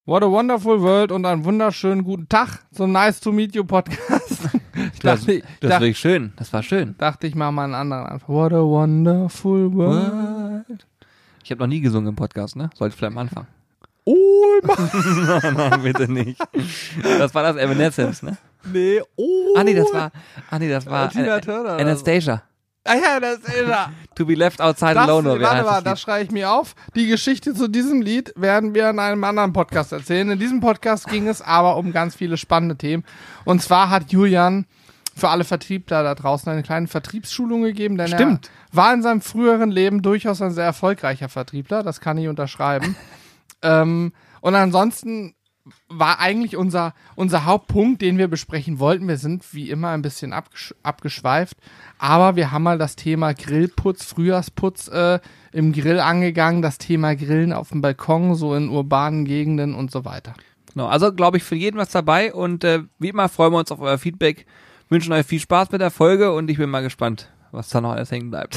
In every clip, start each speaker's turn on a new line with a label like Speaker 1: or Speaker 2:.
Speaker 1: What a wonderful world und einen wunderschönen guten Tag zum Nice to Meet You Podcast.
Speaker 2: Das war wirklich schön. Das war schön.
Speaker 1: Dachte ich mal einen anderen Anfang. What a wonderful world.
Speaker 2: Ich habe noch nie gesungen im Podcast, ne? Sollte vielleicht am Anfang.
Speaker 1: Oh Mann.
Speaker 2: Nein, bitte nicht. Das war das Evanescence, ne?
Speaker 1: Nee, oh.
Speaker 2: Das war
Speaker 1: Tina Turner.
Speaker 2: Anastasia.
Speaker 1: Ah ja, das ist er.
Speaker 2: To be left outside alone.
Speaker 1: Warte mal, das schreibe ich mir auf. Die Geschichte zu diesem Lied werden wir in einem anderen Podcast erzählen. In diesem Podcast ging es aber um ganz viele spannende Themen. Und zwar hat Julian für alle Vertriebler da draußen eine kleine Vertriebsschulung gegeben, denn er war in seinem früheren Leben durchaus ein sehr erfolgreicher Vertriebler. Das kann ich unterschreiben. Und ansonsten war eigentlich unser Hauptpunkt, den wir besprechen wollten. Wir sind wie immer ein bisschen abgeschweift, aber wir haben mal das Thema Grillputz, Frühjahrsputz im Grill angegangen, das Thema Grillen auf dem Balkon, so in urbanen Gegenden und so weiter.
Speaker 2: Genau, also glaube ich für jeden was dabei und wie immer freuen wir uns auf euer Feedback, wünschen euch viel Spaß mit der Folge und ich bin mal gespannt, was da noch alles hängen bleibt.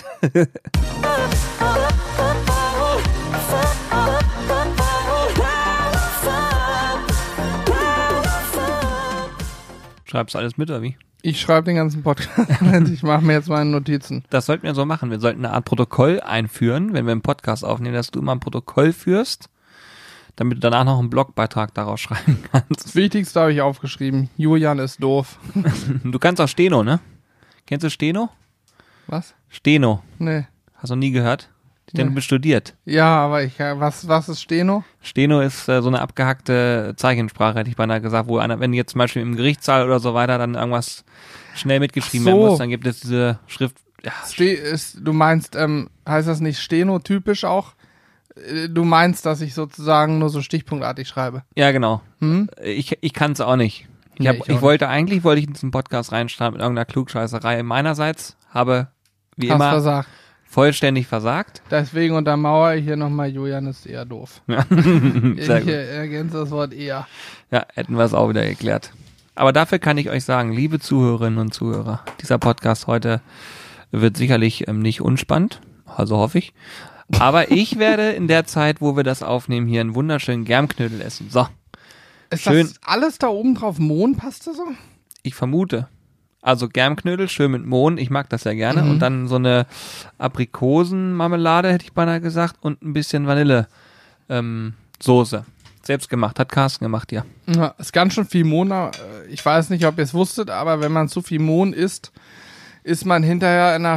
Speaker 2: Schreibst du alles mit, oder wie?
Speaker 1: Ich schreibe den ganzen Podcast. Ich mache mir jetzt meine Notizen.
Speaker 2: Das sollten wir so machen. Wir sollten eine Art Protokoll einführen, wenn wir einen Podcast aufnehmen, dass du immer ein Protokoll führst, damit du danach noch einen Blogbeitrag daraus schreiben kannst.
Speaker 1: Das Wichtigste habe ich aufgeschrieben. Julian ist doof.
Speaker 2: Du kannst auch Steno, ne? Kennst du Steno?
Speaker 1: Was?
Speaker 2: Steno.
Speaker 1: Nee.
Speaker 2: Hast du noch nie gehört? Denn du bist studiert.
Speaker 1: Ja, aber was ist Steno?
Speaker 2: Steno ist so eine abgehackte Zeichensprache, hätte ich beinahe gesagt, wo einer, wenn jetzt zum Beispiel im Gerichtssaal oder so weiter dann irgendwas schnell mitgeschrieben werden muss, dann gibt es diese Schrift. Ja.
Speaker 1: Du meinst, heißt das nicht stenotypisch auch? Du meinst, dass ich sozusagen nur so stichpunktartig schreibe?
Speaker 2: Ja, genau. Ich kann es auch nicht. Ich wollte in diesen Podcast reinstarten mit irgendeiner Klugscheißerei meinerseits, habe wie
Speaker 1: Hast
Speaker 2: immer
Speaker 1: versagt.
Speaker 2: Vollständig versagt.
Speaker 1: Deswegen untermauere ich hier nochmal, Julian ist eher doof.
Speaker 2: Ja.
Speaker 1: Ich ergänze das Wort eher.
Speaker 2: Ja, hätten wir es auch wieder geklärt. Aber dafür kann ich euch sagen, liebe Zuhörerinnen und Zuhörer, dieser Podcast heute wird sicherlich nicht unspannend, also hoffe ich. Aber ich werde in der Zeit, wo wir das aufnehmen, hier einen wunderschönen Germknödel essen. So.
Speaker 1: Ist
Speaker 2: schön.
Speaker 1: Das alles da oben drauf Mohnpaste so?
Speaker 2: Ich vermute. Also Germknödel, schön mit Mohn, ich mag das ja gerne. Und dann so eine Aprikosenmarmelade, hätte ich beinahe gesagt, und ein bisschen Vanille Soße. Selbst gemacht, hat Carsten gemacht, ja.
Speaker 1: Ja, ist ganz schön viel Mohn. Ich weiß nicht, ob ihr es wusstet, aber wenn man zu viel Mohn isst, ist man hinterher in der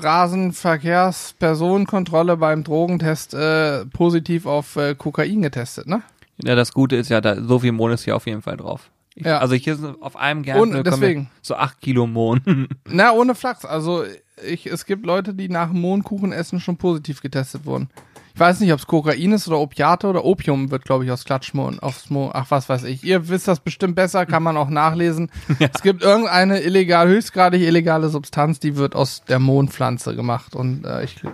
Speaker 1: Straßenverkehrspersonenkontrolle beim Drogentest positiv auf Kokain getestet, ne?
Speaker 2: Ja, das Gute ist ja, so viel Mohn ist hier auf jeden Fall drauf. Also hier sind auf einem Germknödel so 8 Kilo Mohn.
Speaker 1: Na, ohne Flachs. Also es gibt Leute, die nach Mohnkuchen essen schon positiv getestet wurden. Ich weiß nicht, ob es Kokain ist oder Opiate oder Opium wird, glaube ich, aus Klatschmohn, ach, was weiß ich. Ihr wisst das bestimmt besser, kann man auch nachlesen. Ja. Es gibt irgendeine höchstgradig illegale Substanz, die wird aus der Mohnpflanze gemacht und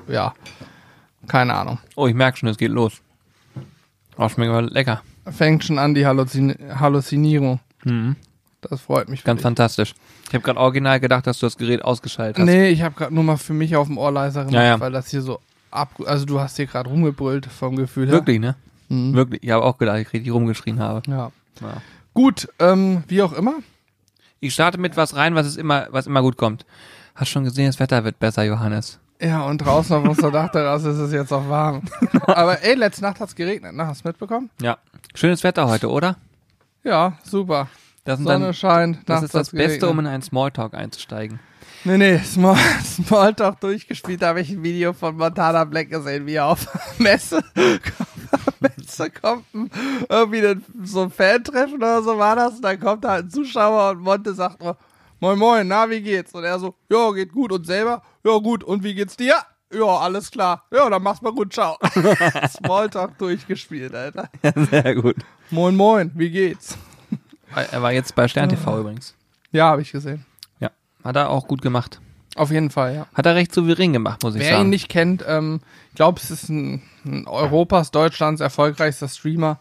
Speaker 1: keine Ahnung.
Speaker 2: Oh, ich merke schon, es geht los. Oh, schmeckt aber lecker.
Speaker 1: Fängt schon an, die Halluzinierung.
Speaker 2: Mhm.
Speaker 1: Das freut mich.
Speaker 2: Ganz fantastisch. Ich habe gerade original gedacht, dass du das Gerät ausgeschaltet hast.
Speaker 1: Nee, ich habe gerade nur mal für mich auf dem Ohr leiser gemacht,
Speaker 2: ja.
Speaker 1: weil das hier so also du hast hier gerade rumgebrüllt vom Gefühl her.
Speaker 2: Wirklich, ne? Mhm. Wirklich. Ich habe auch gedacht, ich richtig rumgeschrien habe.
Speaker 1: Ja. Gut, wie auch immer.
Speaker 2: Ich starte mit was rein, was immer gut kommt. Hast schon gesehen, das Wetter wird besser, Johannes.
Speaker 1: Ja, und draußen auf unserer Dachterrasse ist es jetzt auch warm. Aber letzte Nacht hat's geregnet, ne? Hast du mitbekommen?
Speaker 2: Ja. Schönes Wetter heute, oder?
Speaker 1: Ja, super. Sonne scheint.
Speaker 2: Das ist das Beste, um in einen Smalltalk einzusteigen.
Speaker 1: Nee, Smalltalk durchgespielt, da habe ich ein Video von Montana Black gesehen, wie er auf Messe kommt, irgendwie so ein Fan-Treffen oder so war das, und dann kommt da ein Zuschauer und Monte sagt nur, moin, na, wie geht's? Und er so, ja, geht gut, und selber? Ja, gut, und wie geht's dir? Ja, alles klar. Ja, dann mach's mal gut, ciao. Smalltalk durchgespielt, Alter.
Speaker 2: Ja, sehr gut.
Speaker 1: Moin, wie geht's?
Speaker 2: Er war jetzt bei Stern TV übrigens.
Speaker 1: Ja, habe ich gesehen.
Speaker 2: Ja, hat er auch gut gemacht.
Speaker 1: Auf jeden Fall, ja.
Speaker 2: Hat er recht souverän gemacht, muss ich sagen.
Speaker 1: Wer ihn nicht kennt, ich glaube, es ist ein Europas, Deutschlands erfolgreichster Streamer.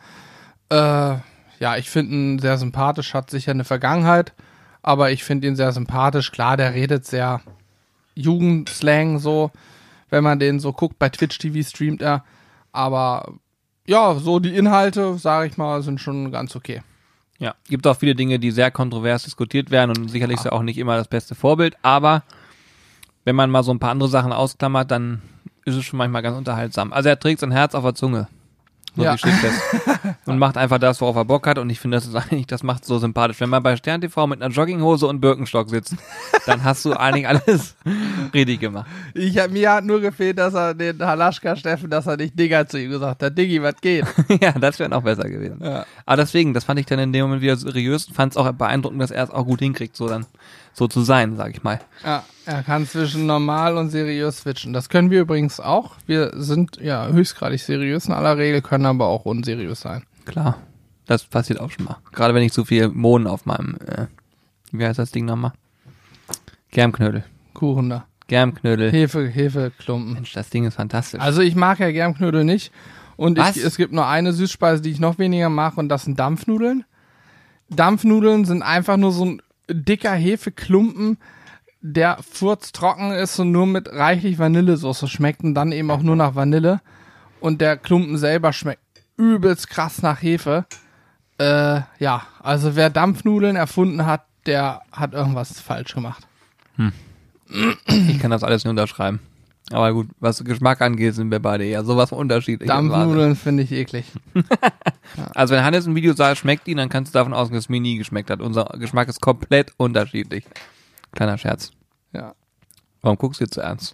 Speaker 1: Ich finde ihn sehr sympathisch, hat sicher eine Vergangenheit, aber ich finde ihn sehr sympathisch. Klar, der redet sehr Jugendslang so, wenn man den so guckt. Bei Twitch TV streamt er, aber ja, so die Inhalte, sage ich mal, sind schon ganz okay.
Speaker 2: Ja, gibt auch viele Dinge, die sehr kontrovers diskutiert werden und sicherlich ist ja auch nicht immer das beste Vorbild, aber wenn man mal so ein paar andere Sachen ausklammert, dann ist es schon manchmal ganz unterhaltsam. Also er trägt sein Herz auf der Zunge. So
Speaker 1: Ja.
Speaker 2: wie steht fest. Und macht einfach das, worauf er Bock hat. Und ich finde, das macht so sympathisch. Wenn man bei Stern TV mit einer Jogginghose und Birkenstock sitzt, dann hast du eigentlich alles richtig gemacht.
Speaker 1: Mir hat nur gefehlt, dass er den Halaschka Steffen, dass er nicht Digger zu ihm gesagt hat. Diggi, was geht?
Speaker 2: Ja, das wäre noch besser gewesen.
Speaker 1: Ja.
Speaker 2: Aber deswegen, das fand ich dann in dem Moment wieder seriös. Fand es auch beeindruckend, dass er es auch gut hinkriegt, so zu sein, sag ich mal.
Speaker 1: Ja, er kann zwischen normal und seriös switchen. Das können wir übrigens auch. Wir sind ja höchstgradig seriös in aller Regel, können aber auch unseriös sein.
Speaker 2: Klar, das passiert auch schon mal. Gerade wenn ich so viel Mohn auf meinem, wie heißt das Ding nochmal? Germknödel.
Speaker 1: Kuchen da.
Speaker 2: Germknödel.
Speaker 1: Hefeklumpen.
Speaker 2: Mensch, das Ding ist fantastisch.
Speaker 1: Also ich mag ja Germknödel nicht. Und
Speaker 2: Was?
Speaker 1: es gibt nur eine Süßspeise, die ich noch weniger mag, und das sind Dampfnudeln. Dampfnudeln sind einfach nur so ein dicker Hefeklumpen, der furztrocken ist und nur mit reichlich Vanillesoße schmeckt und dann eben auch nur nach Vanille. Und der Klumpen selber schmeckt übelst krass nach Hefe. Ja, also wer Dampfnudeln erfunden hat, der hat irgendwas falsch gemacht.
Speaker 2: Ich kann das alles nicht unterschreiben. Aber gut, was Geschmack angeht, sind wir beide eher sowas von unterschiedlich.
Speaker 1: Dampfnudeln finde ich eklig.
Speaker 2: Also wenn Hannes ein Video sagt, schmeckt ihn, dann kannst du davon ausgehen, dass es mir nie geschmeckt hat. Unser Geschmack ist komplett unterschiedlich. Kleiner Scherz.
Speaker 1: Ja.
Speaker 2: Warum guckst du jetzt so ernst?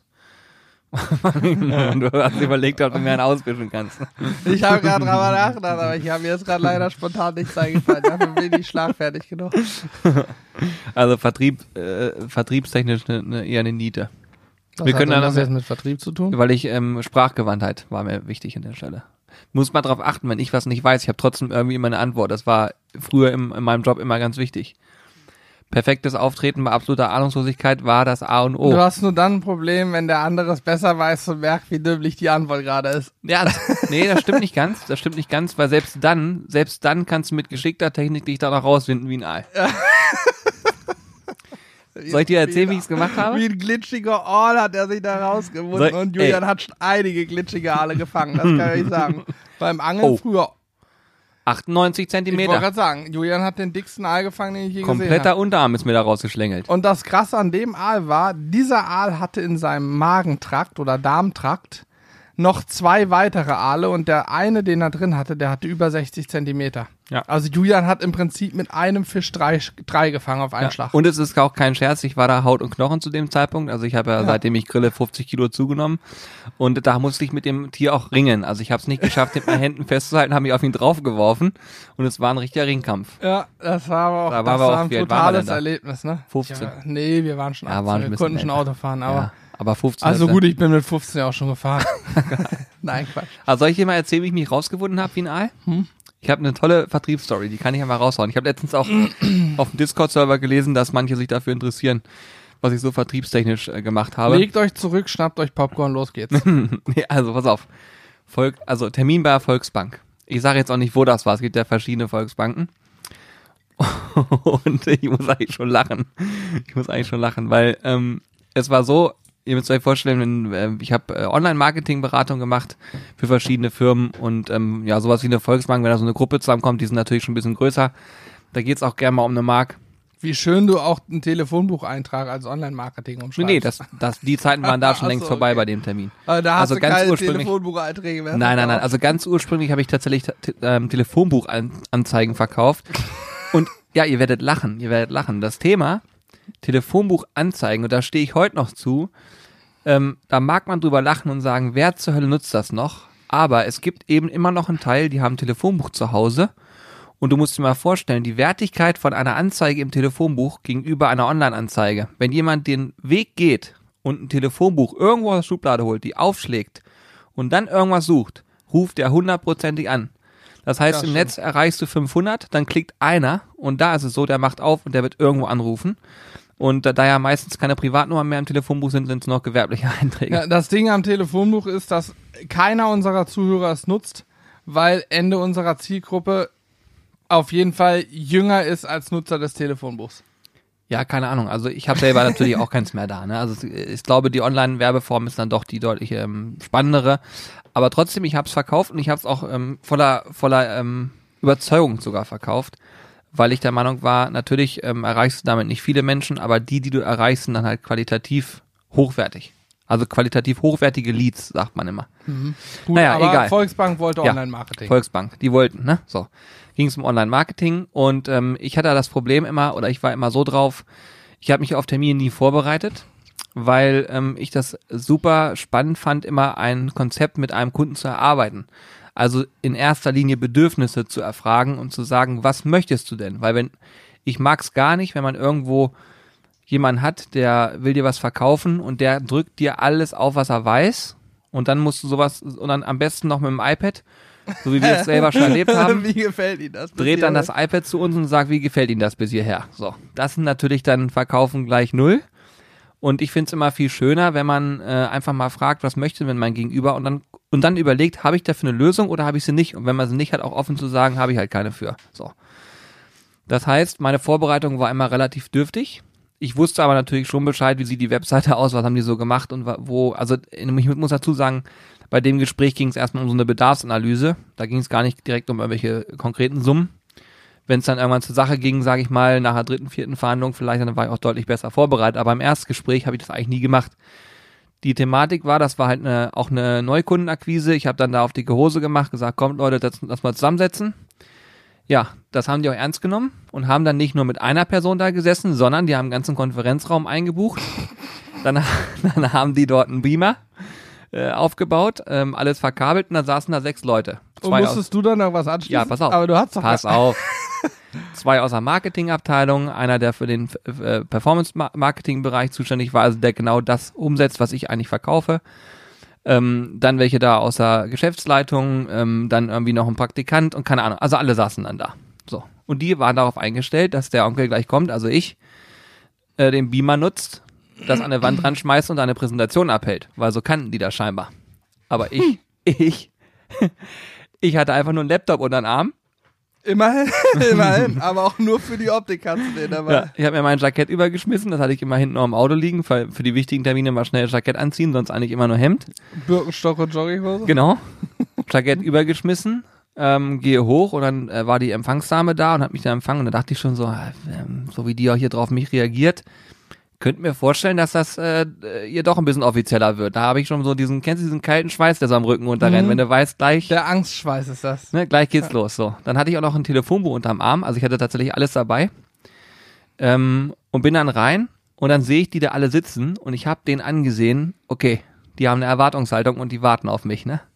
Speaker 2: Du hast überlegt, ob du mir einen auswischen kannst.
Speaker 1: Ich habe gerade drüber nachgedacht, aber ich habe mir jetzt gerade leider spontan nichts eingefallen. Dafür bin ich schlagfertig genug.
Speaker 2: Also vertriebstechnisch eher eine Niete.
Speaker 1: Was
Speaker 2: Wir können
Speaker 1: hat denn
Speaker 2: dann
Speaker 1: das jetzt mit Vertrieb zu tun?
Speaker 2: Weil ich Sprachgewandtheit war mir wichtig an der Stelle. Muss mal drauf achten, wenn ich was nicht weiß. Ich habe trotzdem irgendwie immer eine Antwort. Das war früher in meinem Job immer ganz wichtig. Perfektes Auftreten bei absoluter Ahnungslosigkeit war das A und O.
Speaker 1: Du hast nur dann ein Problem, wenn der andere es besser weiß und merkt, wie dümmlich die Antwort gerade ist.
Speaker 2: Ja, nee, das stimmt nicht ganz. Das stimmt nicht ganz, weil selbst dann kannst du mit geschickter Technik dich da noch rausfinden wie ein Ei. Ja. Soll ich dir erzählen, wie ich es gemacht habe?
Speaker 1: Wie ein glitschiger Aal hat er sich da rausgewunden und Julian hat schon einige glitschige Aale gefangen, das kann ich sagen. Beim Angeln früher.
Speaker 2: 98
Speaker 1: Ich
Speaker 2: Zentimeter.
Speaker 1: wollte gerade sagen, Julian hat den dicksten Aal gefangen, den ich je gesehen habe.
Speaker 2: Kompletter Unterarm ist mir da rausgeschlängelt.
Speaker 1: Und das Krasse an dem Aal war, dieser Aal hatte in seinem Magentrakt oder Darmtrakt noch 2 weitere Aale und der eine, den er drin hatte, der hatte über 60 Zentimeter.
Speaker 2: Ja.
Speaker 1: Also Julian hat im Prinzip mit einem Fisch drei gefangen auf einen Schlag.
Speaker 2: Und es ist auch kein Scherz, ich war da Haut und Knochen zu dem Zeitpunkt. Also ich habe ja, seitdem ich grille, 50 Kilo zugenommen. Und da musste ich mit dem Tier auch ringen. Also ich habe es nicht geschafft, mit meinen Händen festzuhalten, habe mich auf ihn draufgeworfen. Und es war ein richtiger Ringkampf.
Speaker 1: Ja, das war aber auch,
Speaker 2: Da
Speaker 1: das
Speaker 2: waren wir
Speaker 1: war
Speaker 2: auch,
Speaker 1: ein
Speaker 2: wie alt waren wir
Speaker 1: totales
Speaker 2: denn da?
Speaker 1: Erlebnis, ne?
Speaker 2: 15.
Speaker 1: Ja, nee, wir waren schon 18,
Speaker 2: waren ein
Speaker 1: wir
Speaker 2: bisschen
Speaker 1: konnten schon
Speaker 2: älter.
Speaker 1: Auto fahren, aber...
Speaker 2: Ja, aber 15.
Speaker 1: Also gut, ich bin mit 15 ja auch schon gefahren. Nein, Quatsch.
Speaker 2: Also soll ich dir mal erzählen, wie ich mich rausgefunden habe wie ein Aal? Ich habe eine tolle Vertriebsstory, die kann ich einmal raushauen. Ich habe letztens auch auf dem Discord-Server gelesen, dass manche sich dafür interessieren, was ich so vertriebstechnisch gemacht habe.
Speaker 1: Legt euch zurück, schnappt euch Popcorn, los geht's.
Speaker 2: Nee, also pass auf. Termin bei der Volksbank. Ich sage jetzt auch nicht, wo das war. Es gibt ja verschiedene Volksbanken. Und ich muss eigentlich schon lachen. Weil es war so, ihr müsst euch vorstellen, ich habe Online-Marketing-Beratung gemacht für verschiedene Firmen und ja, sowas wie eine Volksbank, wenn da so eine Gruppe zusammenkommt, die sind natürlich schon ein bisschen größer. Da geht's auch gerne mal um eine Mark.
Speaker 1: Wie schön du auch einen Telefonbucheintrag als Online-Marketing umschreibst.
Speaker 2: Nee, die Zeiten waren da schon
Speaker 1: Ach
Speaker 2: längst
Speaker 1: so,
Speaker 2: vorbei
Speaker 1: okay.
Speaker 2: bei dem Termin.
Speaker 1: Aber da hast
Speaker 2: Also
Speaker 1: du
Speaker 2: ganz
Speaker 1: keine
Speaker 2: ursprünglich-
Speaker 1: Telefonbucheinträge mehr.
Speaker 2: Nein. Also ganz ursprünglich habe ich tatsächlich Telefonbuchanzeigen verkauft. Und ja, ihr werdet lachen. Das Thema Telefonbuchanzeigen, und da stehe ich heute noch zu, da mag man drüber lachen und sagen, wer zur Hölle nutzt das noch? Aber es gibt eben immer noch einen Teil, die haben ein Telefonbuch zu Hause. Und du musst dir mal vorstellen, die Wertigkeit von einer Anzeige im Telefonbuch gegenüber einer Online-Anzeige. Wenn jemand den Weg geht und ein Telefonbuch irgendwo aus der Schublade holt, die aufschlägt und dann irgendwas sucht, ruft er 100%ig an. Das heißt,
Speaker 1: Ja,
Speaker 2: im
Speaker 1: stimmt.
Speaker 2: Netz erreichst du 500, dann klickt einer und da ist es so, der macht auf und der wird irgendwo anrufen. Und da ja meistens keine Privatnummern mehr im Telefonbuch sind, sind es noch gewerbliche Einträge.
Speaker 1: Ja, das Ding am Telefonbuch ist, dass keiner unserer Zuhörer es nutzt, weil Ende unserer Zielgruppe auf jeden Fall jünger ist als Nutzer des Telefonbuchs.
Speaker 2: Ja, keine Ahnung. Also ich habe selber natürlich auch keins mehr da. Ne? Also ich glaube, die Online-Werbeform ist dann doch die deutlich spannendere. Aber trotzdem, ich habe es verkauft und ich habe es auch voller Überzeugung sogar verkauft, weil ich der Meinung war, natürlich erreichst du damit nicht viele Menschen, aber die du erreichst, sind dann halt qualitativ hochwertig. Also qualitativ hochwertige Leads, sagt man immer.
Speaker 1: Gut,
Speaker 2: naja,
Speaker 1: aber
Speaker 2: egal.
Speaker 1: Volksbank wollte
Speaker 2: Ja,
Speaker 1: Online-Marketing.
Speaker 2: Volksbank, die wollten, ne? So. Ging es um Online-Marketing und ich hatte das Problem immer, oder ich war immer so drauf, ich habe mich auf Termine nie vorbereitet, weil ich das super spannend fand, immer ein Konzept mit einem Kunden zu erarbeiten. Also in erster Linie Bedürfnisse zu erfragen und zu sagen, was möchtest du denn? Weil ich mag es gar nicht, wenn man irgendwo jemanden hat, der will dir was verkaufen und der drückt dir alles auf, was er weiß und dann musst du sowas, und dann am besten noch mit dem iPad, so wie wir es selber schon erlebt haben.
Speaker 1: Wie gefällt Ihnen das?
Speaker 2: Dreht dann das iPad zu uns und sagt, wie gefällt Ihnen das bis hierher? So, das sind natürlich dann Verkaufen gleich 0. Und ich finde es immer viel schöner, wenn man einfach mal fragt, was möchte denn mein Gegenüber und dann überlegt, habe ich dafür eine Lösung oder habe ich sie nicht? Und wenn man sie nicht hat, auch offen zu sagen, habe ich halt keine für. So. Das heißt, meine Vorbereitung war immer relativ dürftig. Ich wusste aber natürlich schon Bescheid, wie sieht die Webseite aus, was haben die so gemacht und wo, also ich muss dazu sagen, bei dem Gespräch ging es erstmal um so eine Bedarfsanalyse. Da ging es gar nicht direkt um irgendwelche konkreten Summen. Wenn es dann irgendwann zur Sache ging, sage ich mal, nach der 3., 4. Verhandlung vielleicht, dann war ich auch deutlich besser vorbereitet. Aber im Erstgespräch habe ich das eigentlich nie gemacht. Die Thematik war, das war halt auch eine Neukundenakquise. Ich habe dann da auf dicke Hose gemacht, gesagt, kommt Leute, lass mal zusammensetzen. Ja, das haben die auch ernst genommen und haben dann nicht nur mit einer Person da gesessen, sondern die haben einen ganzen Konferenzraum eingebucht. Dann haben die dort einen Beamer aufgebaut, alles verkabelt und dann saßen da 6 Leute.
Speaker 1: Und musstest du dann noch was anschließen?
Speaker 2: Ja, pass auf.
Speaker 1: Aber du hast doch...
Speaker 2: Pass auf. 2 aus der Marketingabteilung, einer, der für den Performance-Marketing-Bereich zuständig war, also der genau das umsetzt, was ich eigentlich verkaufe. Dann welche da aus der Geschäftsleitung, dann irgendwie noch ein Praktikant und keine Ahnung. Also alle saßen dann da. So. Und die waren darauf eingestellt, dass der Onkel gleich kommt, also ich, den Beamer nutzt, das an der Wand ranschmeißt und eine Präsentation abhält. Weil so kannten die das scheinbar. Aber ich hatte einfach nur einen Laptop unter den Arm.
Speaker 1: Immerhin, aber auch nur für die Optik hast du den dabei.
Speaker 2: Ja, ich habe mir mein Jackett übergeschmissen, das hatte ich immer hinten noch im Auto liegen, weil für die wichtigen Termine mal schnell Jackett anziehen, sonst eigentlich immer nur Hemd.
Speaker 1: Birkenstock und Jogginghose?
Speaker 2: Genau. Jackett übergeschmissen, gehe hoch und dann war die Empfangsdame da und hat mich da empfangen und da dachte ich schon so, so wie die auch hier drauf mich reagiert, könnt mir vorstellen, dass das ihr doch ein bisschen offizieller wird. Da habe ich schon so kennst du diesen kalten Schweiß, der so am Rücken runterrennt, wenn du weißt, gleich...
Speaker 1: Der Angstschweiß ist das.
Speaker 2: Ne, gleich geht's los. So, dann hatte ich auch noch ein Telefonbuch unterm Arm, also ich hatte tatsächlich alles dabei und bin dann rein und dann sehe ich die da alle sitzen und ich habe denen angesehen, okay, die haben eine Erwartungshaltung und die warten auf mich, ne?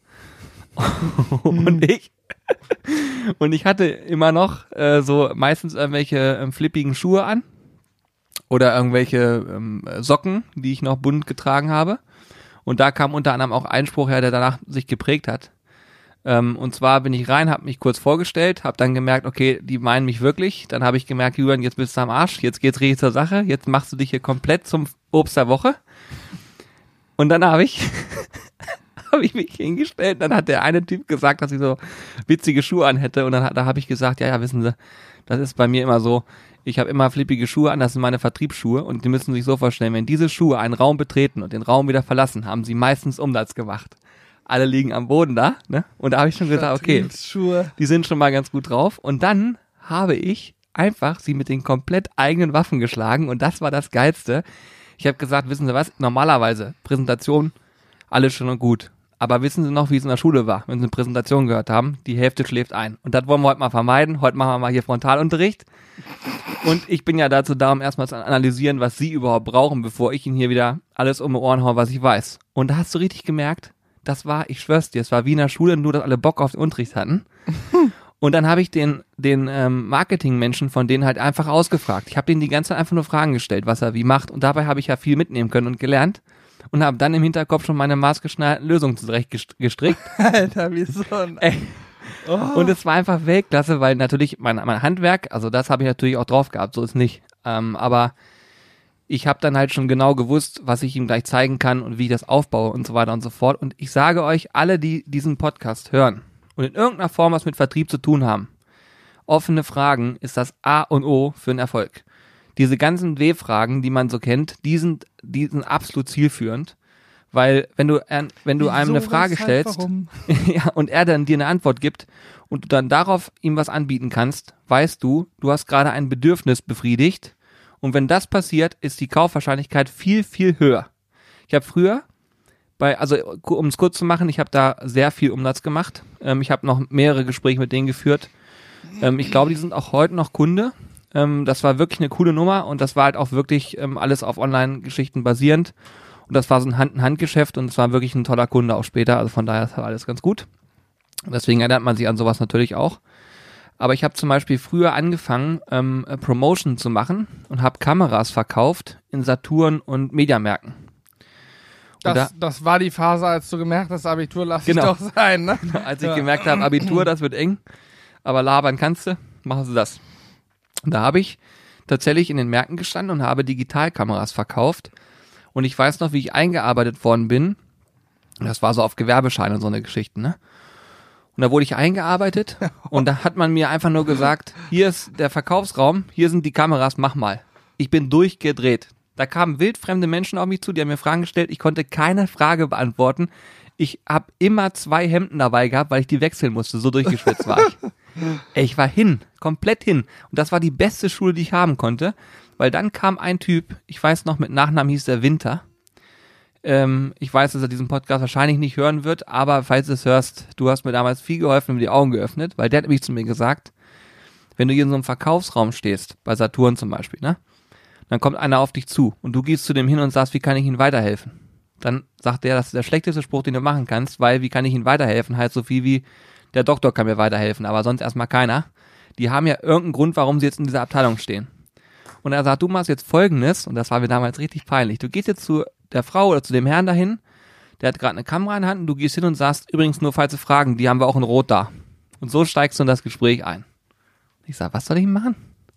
Speaker 2: und ich hatte immer noch so meistens irgendwelche flippigen Schuhe an. Oder irgendwelche Socken, die ich noch bunt getragen habe. Und da kam unter anderem auch ein Spruch her, der danach sich geprägt hat. Und zwar bin ich rein, habe mich kurz vorgestellt, habe dann gemerkt, okay, die meinen mich wirklich. Dann habe ich gemerkt, Julian, jetzt bist du am Arsch, jetzt geht's richtig zur Sache, jetzt machst du dich hier komplett zum Obst der Woche. Und dann habe ich mich hingestellt. Dann hat der eine Typ gesagt, dass ich so witzige Schuhe anhätte. Und da habe ich gesagt, ja, wissen Sie, das ist bei mir immer so, ich habe immer flippige Schuhe an, das sind meine Vertriebsschuhe und die müssen sich so vorstellen, wenn diese Schuhe einen Raum betreten und den Raum wieder verlassen, haben sie meistens Umsatz gemacht. Alle liegen am Boden da, ne? Und da habe ich schon gesagt, okay, die sind schon mal ganz gut drauf. Und dann habe ich einfach sie mit den komplett eigenen Waffen geschlagen und das war das Geilste. Ich habe gesagt, wissen Sie was, normalerweise Präsentation, alles schön und gut. Aber wissen Sie noch, wie es in der Schule war, wenn Sie eine Präsentation gehört haben? Die Hälfte schläft ein. Und das wollen wir heute mal vermeiden. Heute machen wir mal hier Frontalunterricht. Und ich bin ja dazu da, um erstmal zu analysieren, was Sie überhaupt brauchen, bevor ich Ihnen hier wieder alles um die Ohren haue, was ich weiß. Und da hast du richtig gemerkt, ich schwör's dir, es war wie in der Schule, nur dass alle Bock auf den Unterricht hatten. Und dann habe ich den Marketingmenschen von denen halt einfach ausgefragt. Ich habe denen die ganze Zeit einfach nur Fragen gestellt, was er wie macht. Und dabei habe ich ja viel mitnehmen können und gelernt. Und habe dann im Hinterkopf schon meine maßgeschneiderten Lösungen zurechtgestrickt.
Speaker 1: Alter, wie so ein...
Speaker 2: Oh. Und es war einfach Weltklasse, weil natürlich mein Handwerk, also das habe ich natürlich auch drauf gehabt, so ist nicht. Aber ich habe dann halt schon genau gewusst, was ich ihm gleich zeigen kann und wie ich das aufbaue und so weiter und so fort. Und ich sage euch, alle, die diesen Podcast hören und in irgendeiner Form was mit Vertrieb zu tun haben, offene Fragen ist das A und O für einen Erfolg. diese ganzen W-Fragen, die man so kennt, die sind absolut zielführend. Weil wenn du einem eine Frage stellst ja, und er dann dir eine Antwort gibt und du dann darauf ihm was anbieten kannst, weißt du hast gerade ein Bedürfnis befriedigt und wenn das passiert, ist die Kaufwahrscheinlichkeit viel, viel höher. Ich habe früher um es kurz zu machen, ich habe da sehr viel Umsatz gemacht. Ich habe noch mehrere Gespräche mit denen geführt. Ich glaube, die sind auch heute noch Kunde. Das war wirklich eine coole Nummer und das war halt auch wirklich alles auf Online-Geschichten basierend. Und das war so ein Hand-in-Hand-Geschäft und es war wirklich ein toller Kunde auch später. Also von daher ist alles ganz gut. Und deswegen erinnert man sich an sowas natürlich auch. Aber ich habe zum Beispiel früher angefangen, Promotion zu machen und habe Kameras verkauft in Saturn und Mediamärkten.
Speaker 1: Das war die Phase, als du gemerkt hast, Abitur lass ich
Speaker 2: Genau.
Speaker 1: doch sein, ne?
Speaker 2: Als ich gemerkt habe, Abitur, das wird eng, aber labern kannst du, machen sie das. Und da habe ich tatsächlich in den Märkten gestanden und habe Digitalkameras verkauft. Und ich weiß noch, wie ich eingearbeitet worden bin. Das war so auf Gewerbeschein und so eine Geschichte, ne? Und da wurde ich eingearbeitet und da hat man mir einfach nur gesagt, hier ist der Verkaufsraum, hier sind die Kameras, mach mal. Ich bin durchgedreht. Da kamen wildfremde Menschen auf mich zu, die haben mir Fragen gestellt, ich konnte keine Frage beantworten. Ich habe immer 2 Hemden dabei gehabt, weil ich die wechseln musste, so durchgeschwitzt war ich. Ich war komplett hin. Und das war die beste Schule, die ich haben konnte. Weil dann kam ein Typ, ich weiß noch, mit Nachnamen hieß der Winter. Ich weiß, dass er diesen Podcast wahrscheinlich nicht hören wird, aber falls du es hörst, du hast mir damals viel geholfen und mir die Augen geöffnet, weil der hat nämlich zu mir gesagt, wenn du hier in so einem Verkaufsraum stehst, bei Saturn zum Beispiel, ne, dann kommt einer auf dich zu und du gehst zu dem hin und sagst, wie kann ich Ihnen weiterhelfen? Dann sagt der, das ist der schlechteste Spruch, den du machen kannst, weil wie kann ich Ihnen weiterhelfen, heißt so viel wie, der Doktor kann mir weiterhelfen, aber sonst erstmal keiner. Die haben ja irgendeinen Grund, warum sie jetzt in dieser Abteilung stehen. Und er sagt, du machst jetzt Folgendes, und das war mir damals richtig peinlich, du gehst jetzt zu der Frau oder zu dem Herrn dahin, der hat gerade eine Kamera in der Hand und du gehst hin und sagst, übrigens nur falls Sie fragen, die haben wir auch in Rot da. Und so steigst du in das Gespräch ein. Ich sag, was soll ich machen?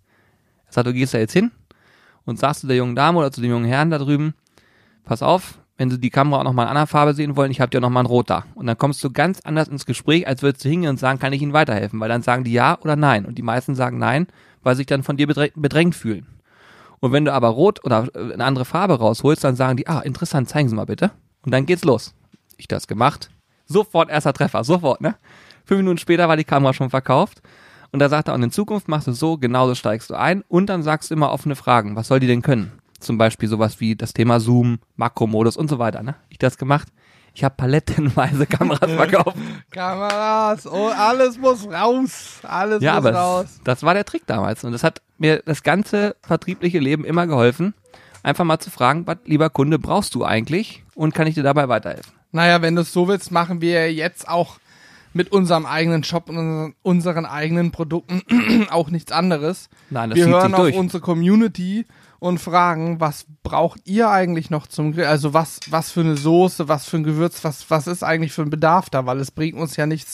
Speaker 2: Er sagt, du gehst da jetzt hin und sagst zu der jungen Dame oder zu dem jungen Herrn da drüben, pass auf, wenn Sie die Kamera auch nochmal in einer Farbe sehen wollen, ich habe dir nochmal in Rot da. Und dann kommst du ganz anders ins Gespräch, als würdest du hingehen und sagen, kann ich Ihnen weiterhelfen? Weil dann sagen die ja oder nein. Und die meisten sagen nein, weil sie sich dann von dir bedrängt fühlen. Und wenn du aber Rot oder eine andere Farbe rausholst, dann sagen die, interessant, zeigen Sie mal bitte. Und dann geht's los. Ich das gemacht. Sofort erster Treffer, sofort, ne? 5 Minuten später war die Kamera schon verkauft. Und da sagt er, und in Zukunft machst du so, genauso steigst du ein. Und dann sagst du immer offene Fragen. Was soll die denn können? Zum Beispiel sowas wie das Thema Zoom, Makromodus und so weiter, ne? Ich das gemacht. Ich habe palettenweise Kameras verkauft.
Speaker 1: Kameras, oh, alles muss raus. Alles
Speaker 2: ja,
Speaker 1: muss
Speaker 2: aber
Speaker 1: raus.
Speaker 2: Das war der Trick damals. Und das hat mir das ganze vertriebliche Leben immer geholfen, einfach mal zu fragen, was, lieber Kunde, brauchst du eigentlich? Und kann ich dir dabei weiterhelfen?
Speaker 1: Naja, wenn du es so willst, machen wir jetzt auch mit unserem eigenen Shop und unseren eigenen Produkten auch nichts anderes.
Speaker 2: Nein, das
Speaker 1: wir
Speaker 2: zieht
Speaker 1: hören
Speaker 2: sich
Speaker 1: auf
Speaker 2: durch.
Speaker 1: unsere Community und fragen, was braucht ihr eigentlich noch zum Grill? Also was für eine Soße, was für ein Gewürz, was ist eigentlich für ein Bedarf da? Weil es bringt uns ja nichts,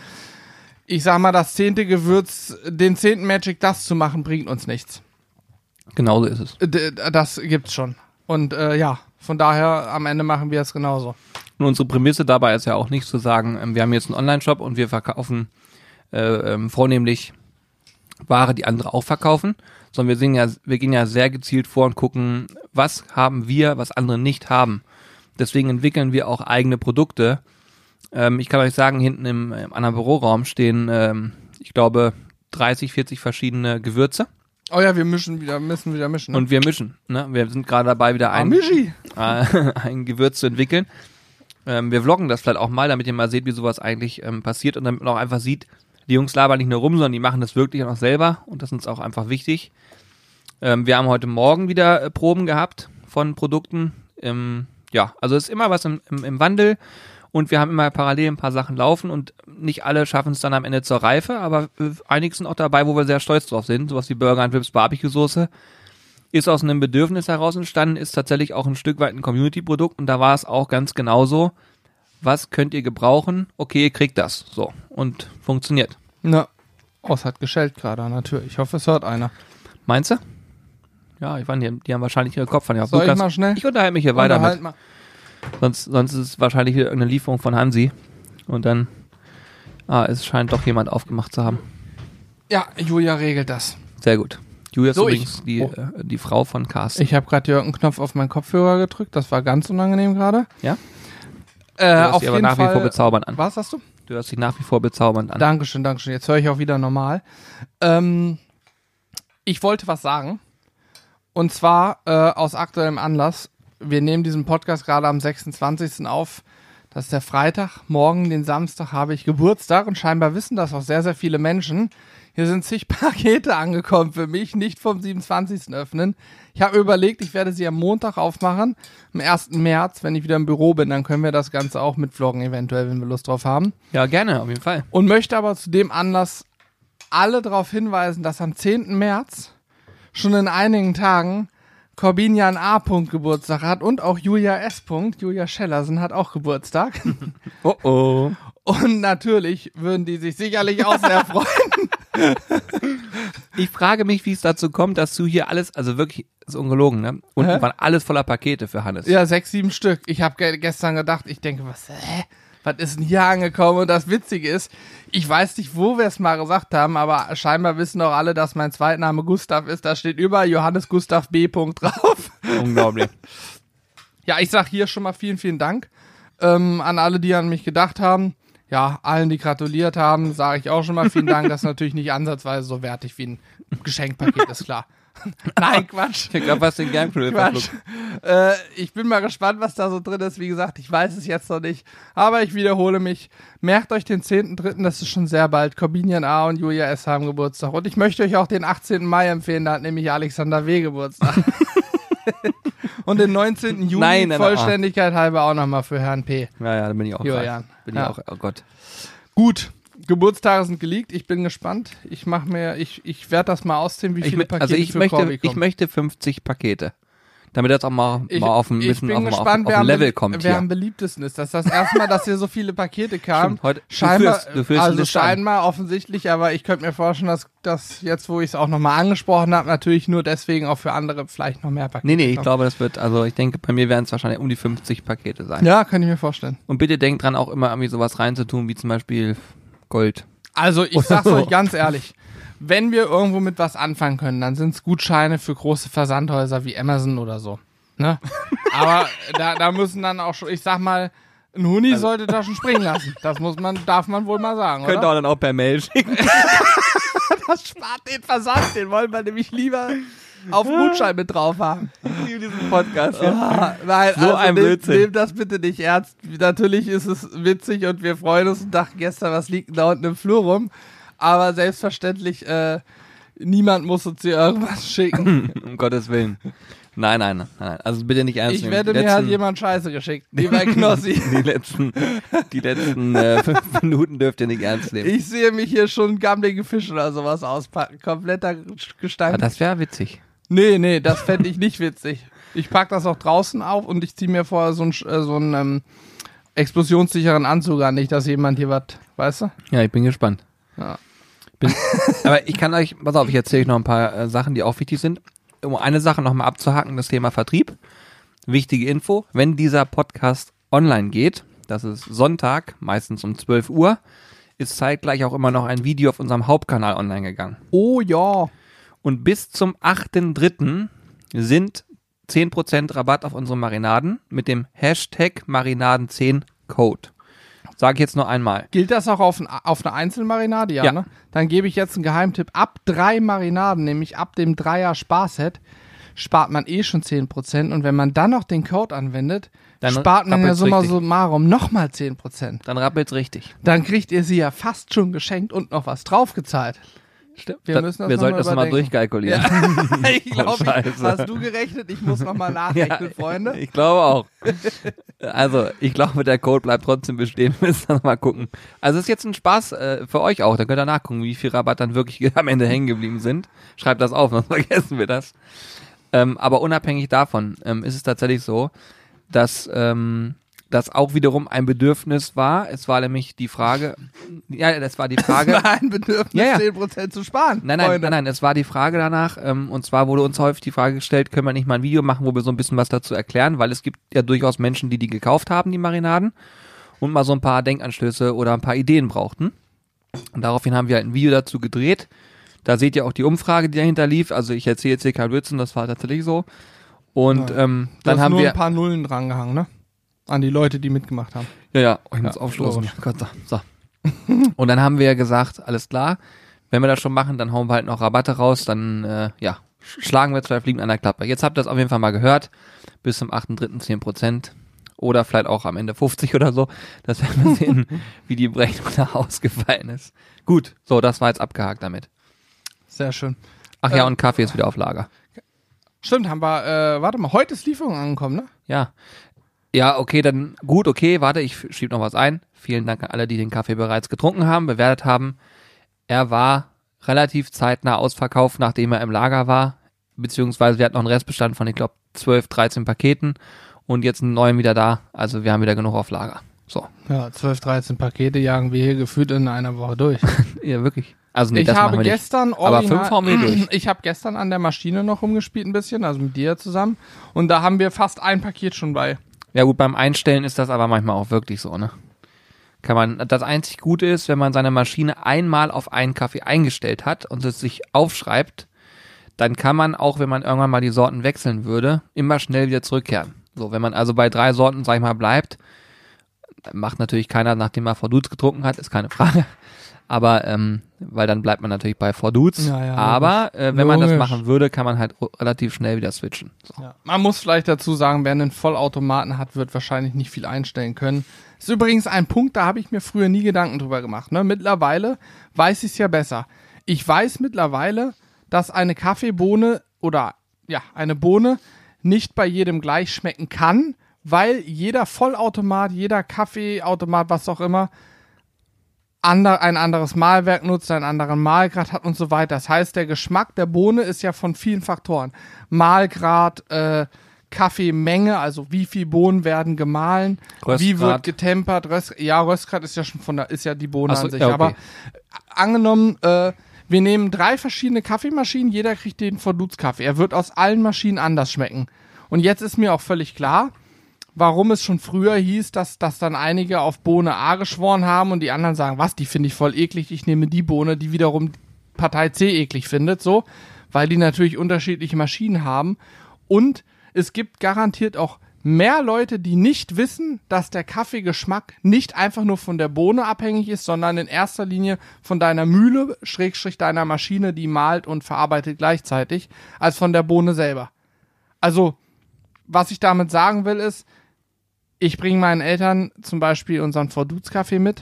Speaker 1: ich sag mal, das 10. Gewürz, den 10. Magic Dust zu machen, bringt uns nichts.
Speaker 2: Genauso ist es.
Speaker 1: Das gibt's schon. Und ja, von daher am Ende machen wir es genauso.
Speaker 2: Und unsere Prämisse dabei ist ja auch nicht zu sagen, wir haben jetzt einen Online-Shop und wir verkaufen vornehmlich Ware, die andere auch verkaufen, sondern wir gehen ja sehr gezielt vor und gucken, was haben wir, was andere nicht haben. Deswegen entwickeln wir auch eigene Produkte. Ich kann euch sagen, hinten im anderen Büroraum stehen, ich glaube, 30, 40 verschiedene Gewürze.
Speaker 1: Oh ja, wir müssen wieder mischen. Ne?
Speaker 2: Und wir mischen. Ne? Wir sind gerade dabei, wieder ein Gewürz zu entwickeln. Wir vloggen das vielleicht auch mal, damit ihr mal seht, wie sowas eigentlich passiert und damit man auch einfach sieht, die Jungs labern nicht nur rum, sondern die machen das wirklich auch selber und das ist uns auch einfach wichtig. Wir haben heute Morgen wieder Proben gehabt von Produkten. Ja, also es ist immer was im Wandel und wir haben immer parallel ein paar Sachen laufen und nicht alle schaffen es dann am Ende zur Reife, aber einige sind auch dabei, wo wir sehr stolz drauf sind. Sowas wie Burger and Vips Barbecue-Soße ist aus einem Bedürfnis heraus entstanden, ist tatsächlich auch ein Stück weit ein Community-Produkt und da war es auch ganz genauso. Was könnt ihr gebrauchen? Okay, ihr kriegt das. So. Und funktioniert.
Speaker 1: Na, es hat geschellt gerade an der Tür. Ich hoffe, es hört einer.
Speaker 2: Meinst du? Ja, ich weiß nicht, die haben wahrscheinlich ihre Kopf an. Ja,
Speaker 1: soll ich mal schnell?
Speaker 2: Ich unterhalte mich hier weiter mit. Mal. Sonst ist es wahrscheinlich wieder irgendeine Lieferung von Hansi. Und dann, es scheint doch jemand aufgemacht zu haben.
Speaker 1: Ja, Julia regelt das.
Speaker 2: Sehr gut. Julia ist
Speaker 1: So,
Speaker 2: übrigens die Frau von Carsten.
Speaker 1: Ich habe gerade hier einen Knopf auf meinen Kopfhörer gedrückt. Das war ganz unangenehm gerade.
Speaker 2: Ja? Du hörst
Speaker 1: Auf
Speaker 2: dich aber
Speaker 1: jeden
Speaker 2: nach wie
Speaker 1: Fall.
Speaker 2: vor bezaubernd an.
Speaker 1: Was hast du?
Speaker 2: Du hörst dich nach wie vor bezaubernd an.
Speaker 1: Dankeschön. Jetzt höre ich auch wieder normal. Ich wollte was sagen. Und zwar aus aktuellem Anlass. Wir nehmen diesen Podcast gerade am 26. auf. Das ist der Freitag. Morgen, den Samstag, habe ich Geburtstag. Und scheinbar wissen das auch sehr, sehr viele Menschen. Hier sind zig Pakete angekommen für mich. Nicht vom 27. öffnen. Ich habe überlegt, ich werde sie am Montag aufmachen. Am 1. März, wenn ich wieder im Büro bin. Dann können wir das Ganze auch mitvloggen, eventuell, wenn wir Lust drauf haben.
Speaker 2: Ja, gerne, auf jeden Fall.
Speaker 1: Und möchte aber zu dem Anlass alle darauf hinweisen, dass am 10. März schon in einigen Tagen Corbinian A. Geburtstag hat und auch Julia S. Julia Schellersen hat auch Geburtstag.
Speaker 2: Oh.
Speaker 1: Und natürlich würden die sich sicherlich auch sehr freuen.
Speaker 2: Ich frage mich, wie es dazu kommt, dass du hier alles, also wirklich, ist ungelogen, ne? Unten waren alles voller Pakete für Hannes.
Speaker 1: Ja, 6, 7 Stück. Ich habe gestern gedacht, ich denke, was ist denn hier angekommen? Und das Witzige ist, ich weiß nicht, wo wir es mal gesagt haben, aber scheinbar wissen auch alle, dass mein Zweitname Gustav ist. Da steht überall Johannes Gustav B. drauf.
Speaker 2: Unglaublich.
Speaker 1: Ja, ich sag hier schon mal vielen, vielen Dank an alle, die an mich gedacht haben. Ja, allen, die gratuliert haben, sage ich auch schon mal vielen Dank. Das ist natürlich nicht ansatzweise so wertig wie ein Geschenkpaket, ist klar. Nein, Quatsch.
Speaker 2: Ich glaube, was den Gamegrill
Speaker 1: Quatsch. Ich bin mal gespannt, was da so drin ist. Wie gesagt, ich weiß es jetzt noch nicht. Aber ich wiederhole mich. Merkt euch den 10.3., das ist schon sehr bald. Corbinian A. und Julia S. haben Geburtstag. Und ich möchte euch auch den 18. Mai empfehlen. Da hat nämlich Alexander W. Geburtstag. Und den 19. Juni,
Speaker 2: Nein,
Speaker 1: Vollständigkeit halber auch nochmal für Herrn P.
Speaker 2: Ja, da bin ich auch
Speaker 1: Julian.
Speaker 2: Bin ich auch, oh Gott.
Speaker 1: Gut. Geburtstage sind geleakt. Ich bin gespannt. Ich werde das mal auszählen, wie viele Pakete
Speaker 2: ich möchte 50 Pakete. Damit das auch mal auf ein bisschen auf ein Level kommt.
Speaker 1: Wer am beliebtesten ist. Das ist das erste Mal, dass hier so viele Pakete kamen.
Speaker 2: Stimmt, heute,
Speaker 1: scheinbar offensichtlich, aber ich könnte mir vorstellen, dass das jetzt, wo ich es auch nochmal angesprochen habe, natürlich nur deswegen auch für andere vielleicht noch mehr Pakete
Speaker 2: Nee, ich glaube, das wird, also ich denke, bei mir werden es wahrscheinlich um die 50 Pakete sein.
Speaker 1: Ja, kann ich mir vorstellen.
Speaker 2: Und bitte denkt dran, auch immer irgendwie sowas reinzutun, wie zum Beispiel Gold.
Speaker 1: Also ich sag's euch ganz ehrlich, wenn wir irgendwo mit was anfangen können, dann sind's Gutscheine für große Versandhäuser wie Amazon oder so. Ne? Aber da müssen dann auch schon, ich sag mal, ein Huni sollte da schon springen lassen. Das darf man wohl mal sagen,
Speaker 2: Könnt ihr auch dann auch per Mail schicken.
Speaker 1: Das spart den Versand, den wollen wir nämlich lieber auf Gutschein mit drauf haben.
Speaker 2: Ich liebe diesen Podcast.
Speaker 1: Nein,
Speaker 2: so ein Blödsinn.
Speaker 1: Nehmt das bitte nicht ernst. Natürlich ist es witzig und wir freuen uns und dachten gestern, was liegt denn da unten im Flur rum? Aber selbstverständlich, niemand muss uns hier irgendwas schicken.
Speaker 2: Um Gottes Willen. Nein. Also bitte nicht ernst nehmen.
Speaker 1: Ich werde mir halt jemand Scheiße geschickt. Wie bei Knossi.
Speaker 2: Die letzten 5 Minuten dürft ihr nicht ernst nehmen.
Speaker 1: Ich sehe mich hier schon gammelige Fisch oder sowas auspacken. Kompletter Gestein.
Speaker 2: Aber das wäre witzig.
Speaker 1: Nee, das fände ich nicht witzig. Ich pack das auch draußen auf und ich ziehe mir vorher so einen explosionssicheren Anzug an. Nicht, dass jemand hier was, weißt du?
Speaker 2: Ja, ich bin gespannt.
Speaker 1: Ja.
Speaker 2: Aber ich kann euch, pass auf, ich erzähle euch noch ein paar Sachen, die auch wichtig sind. Um eine Sache nochmal abzuhaken, das Thema Vertrieb. Wichtige Info, wenn dieser Podcast online geht, das ist Sonntag, meistens um 12 Uhr, ist zeitgleich auch immer noch ein Video auf unserem Hauptkanal online gegangen.
Speaker 1: Oh ja.
Speaker 2: Und bis zum 8.3. sind 10% Rabatt auf unsere Marinaden mit dem Hashtag Marinaden10Code. Sage ich jetzt nur einmal.
Speaker 1: Gilt das auch auf eine Einzelmarinade? Ja. Ne? Dann gebe ich jetzt einen Geheimtipp. Ab 3 Marinaden, nämlich ab dem 3er Sparset, spart man schon 10%. Und wenn man dann noch den Code anwendet, dann spart man ja summa summarum nochmal 10%.
Speaker 2: Dann rappelt's richtig.
Speaker 1: Dann kriegt ihr sie ja fast schon geschenkt und noch was draufgezahlt.
Speaker 2: Stimmt. Wir sollten das nochmal durchkalkulieren.
Speaker 1: Ja. Ich glaube, hast du gerechnet? Ich muss nochmal nachrechnen, Freunde.
Speaker 2: Ich glaube auch. Also, ich glaube, der Code bleibt trotzdem bestehen. Wir müssen dann mal gucken. Also, es ist jetzt ein Spaß für euch auch. Da könnt ihr nachgucken, wie viel Rabatt dann wirklich am Ende hängen geblieben sind. Schreibt das auf, sonst vergessen wir das. Aber unabhängig davon ist es tatsächlich so, dass das auch wiederum ein Bedürfnis war. Es war nämlich die Frage, das war die Frage.
Speaker 1: Es war ein Bedürfnis, 10% zu sparen.
Speaker 2: Nein, es war die Frage danach, und zwar wurde uns häufig die Frage gestellt, können wir nicht mal ein Video machen, wo wir so ein bisschen was dazu erklären, weil es gibt ja durchaus Menschen, die gekauft haben, die Marinaden, und mal so ein paar Denkanstöße oder ein paar Ideen brauchten. Und daraufhin haben wir halt ein Video dazu gedreht. Da seht ihr auch die Umfrage, die dahinter lief. Also ich erzähle jetzt hier kein Blödsinn, das war tatsächlich so. Und dann haben
Speaker 1: nur
Speaker 2: wir
Speaker 1: ein paar Nullen drangehangen, ne? An die Leute, die mitgemacht haben.
Speaker 2: Ja, ich muss aufstoßen. Gott, so. Und dann haben wir gesagt, alles klar, wenn wir das schon machen, dann hauen wir halt noch Rabatte raus, dann schlagen wir 2 Fliegen an der Klappe. Jetzt habt ihr das auf jeden Fall mal gehört. Bis zum 8.3. 10%. Oder vielleicht auch am Ende 50 oder so. Das werden wir sehen, wie die Berechnung da ausgefallen ist. Gut, so, das war jetzt abgehakt damit.
Speaker 1: Sehr schön.
Speaker 2: Ach ja, und Kaffee ist wieder auf Lager.
Speaker 1: Stimmt, haben wir, warte mal, heute ist Lieferung angekommen, ne?
Speaker 2: Ja. Ja, okay, dann gut, okay, warte, ich schieb noch was ein. Vielen Dank an alle, die den Kaffee bereits getrunken haben, bewertet haben. Er war relativ zeitnah ausverkauft, nachdem er im Lager war, beziehungsweise wir hatten noch einen Restbestand von, ich glaube, 12, 13 Paketen und jetzt einen neuen wieder da, also wir haben wieder genug auf Lager. So.
Speaker 1: Ja, 12, 13 Pakete jagen wir hier gefühlt in einer Woche durch.
Speaker 2: Ja, wirklich. Also nee,
Speaker 1: ich
Speaker 2: das
Speaker 1: habe
Speaker 2: machen wir
Speaker 1: gestern
Speaker 2: nicht. Aber 5 hauen wir durch.
Speaker 1: Ich habe gestern an der Maschine noch rumgespielt ein bisschen, also mit dir zusammen und da haben wir fast ein Paket schon bei.
Speaker 2: Ja gut, beim Einstellen ist das aber manchmal auch wirklich so, ne? Das einzig Gute ist, wenn man seine Maschine einmal auf einen Kaffee eingestellt hat und es sich aufschreibt, dann kann man auch, wenn man irgendwann mal die Sorten wechseln würde, immer schnell wieder zurückkehren. So, wenn man also bei 3 Sorten, sag ich mal, bleibt, macht natürlich keiner, nachdem er Forduts getrunken hat, ist keine Frage. Aber, weil dann bleibt man natürlich bei Forduts.
Speaker 1: Ja,
Speaker 2: aber wenn man das machen würde, kann man halt relativ schnell wieder switchen. So.
Speaker 1: Ja. Man muss vielleicht dazu sagen, wer einen Vollautomaten hat, wird wahrscheinlich nicht viel einstellen können. Ist übrigens ein Punkt, da habe ich mir früher nie Gedanken drüber gemacht. Ne? Mittlerweile weiß ich es ja besser. Ich weiß mittlerweile, dass eine Kaffeebohne oder ja, eine Bohne nicht bei jedem gleich schmecken kann, weil jeder Vollautomat, jeder Kaffeeautomat, was auch immer, ein anderes Mahlwerk nutzt, einen anderen Mahlgrad hat und so weiter. Das heißt, der Geschmack der Bohne ist ja von vielen Faktoren. Mahlgrad, Kaffeemenge, also wie viel Bohnen werden gemahlen,
Speaker 2: Röstgrad.
Speaker 1: Wie wird getempert, Röstgrad ist ja schon ist ja die Bohne
Speaker 2: Achso,
Speaker 1: an sich.
Speaker 2: ja, okay.
Speaker 1: Aber angenommen, wir nehmen 3 verschiedene Kaffeemaschinen, jeder kriegt den Forduts-Kaffee. Er wird aus allen Maschinen anders schmecken. Und jetzt ist mir auch völlig klar, warum es schon früher hieß, dass dann einige auf Bohne A geschworen haben und die anderen sagen, was, die finde ich voll eklig, ich nehme die Bohne, die wiederum Partei C eklig findet, so, weil die natürlich unterschiedliche Maschinen haben. Und es gibt garantiert auch mehr Leute, die nicht wissen, dass der Kaffeegeschmack nicht einfach nur von der Bohne abhängig ist, sondern in erster Linie von deiner Mühle, / deiner Maschine, die mahlt und verarbeitet gleichzeitig, als von der Bohne selber. Also, was ich damit sagen will, ist, ich bringe meinen Eltern zum Beispiel unseren Forduts-Kaffee mit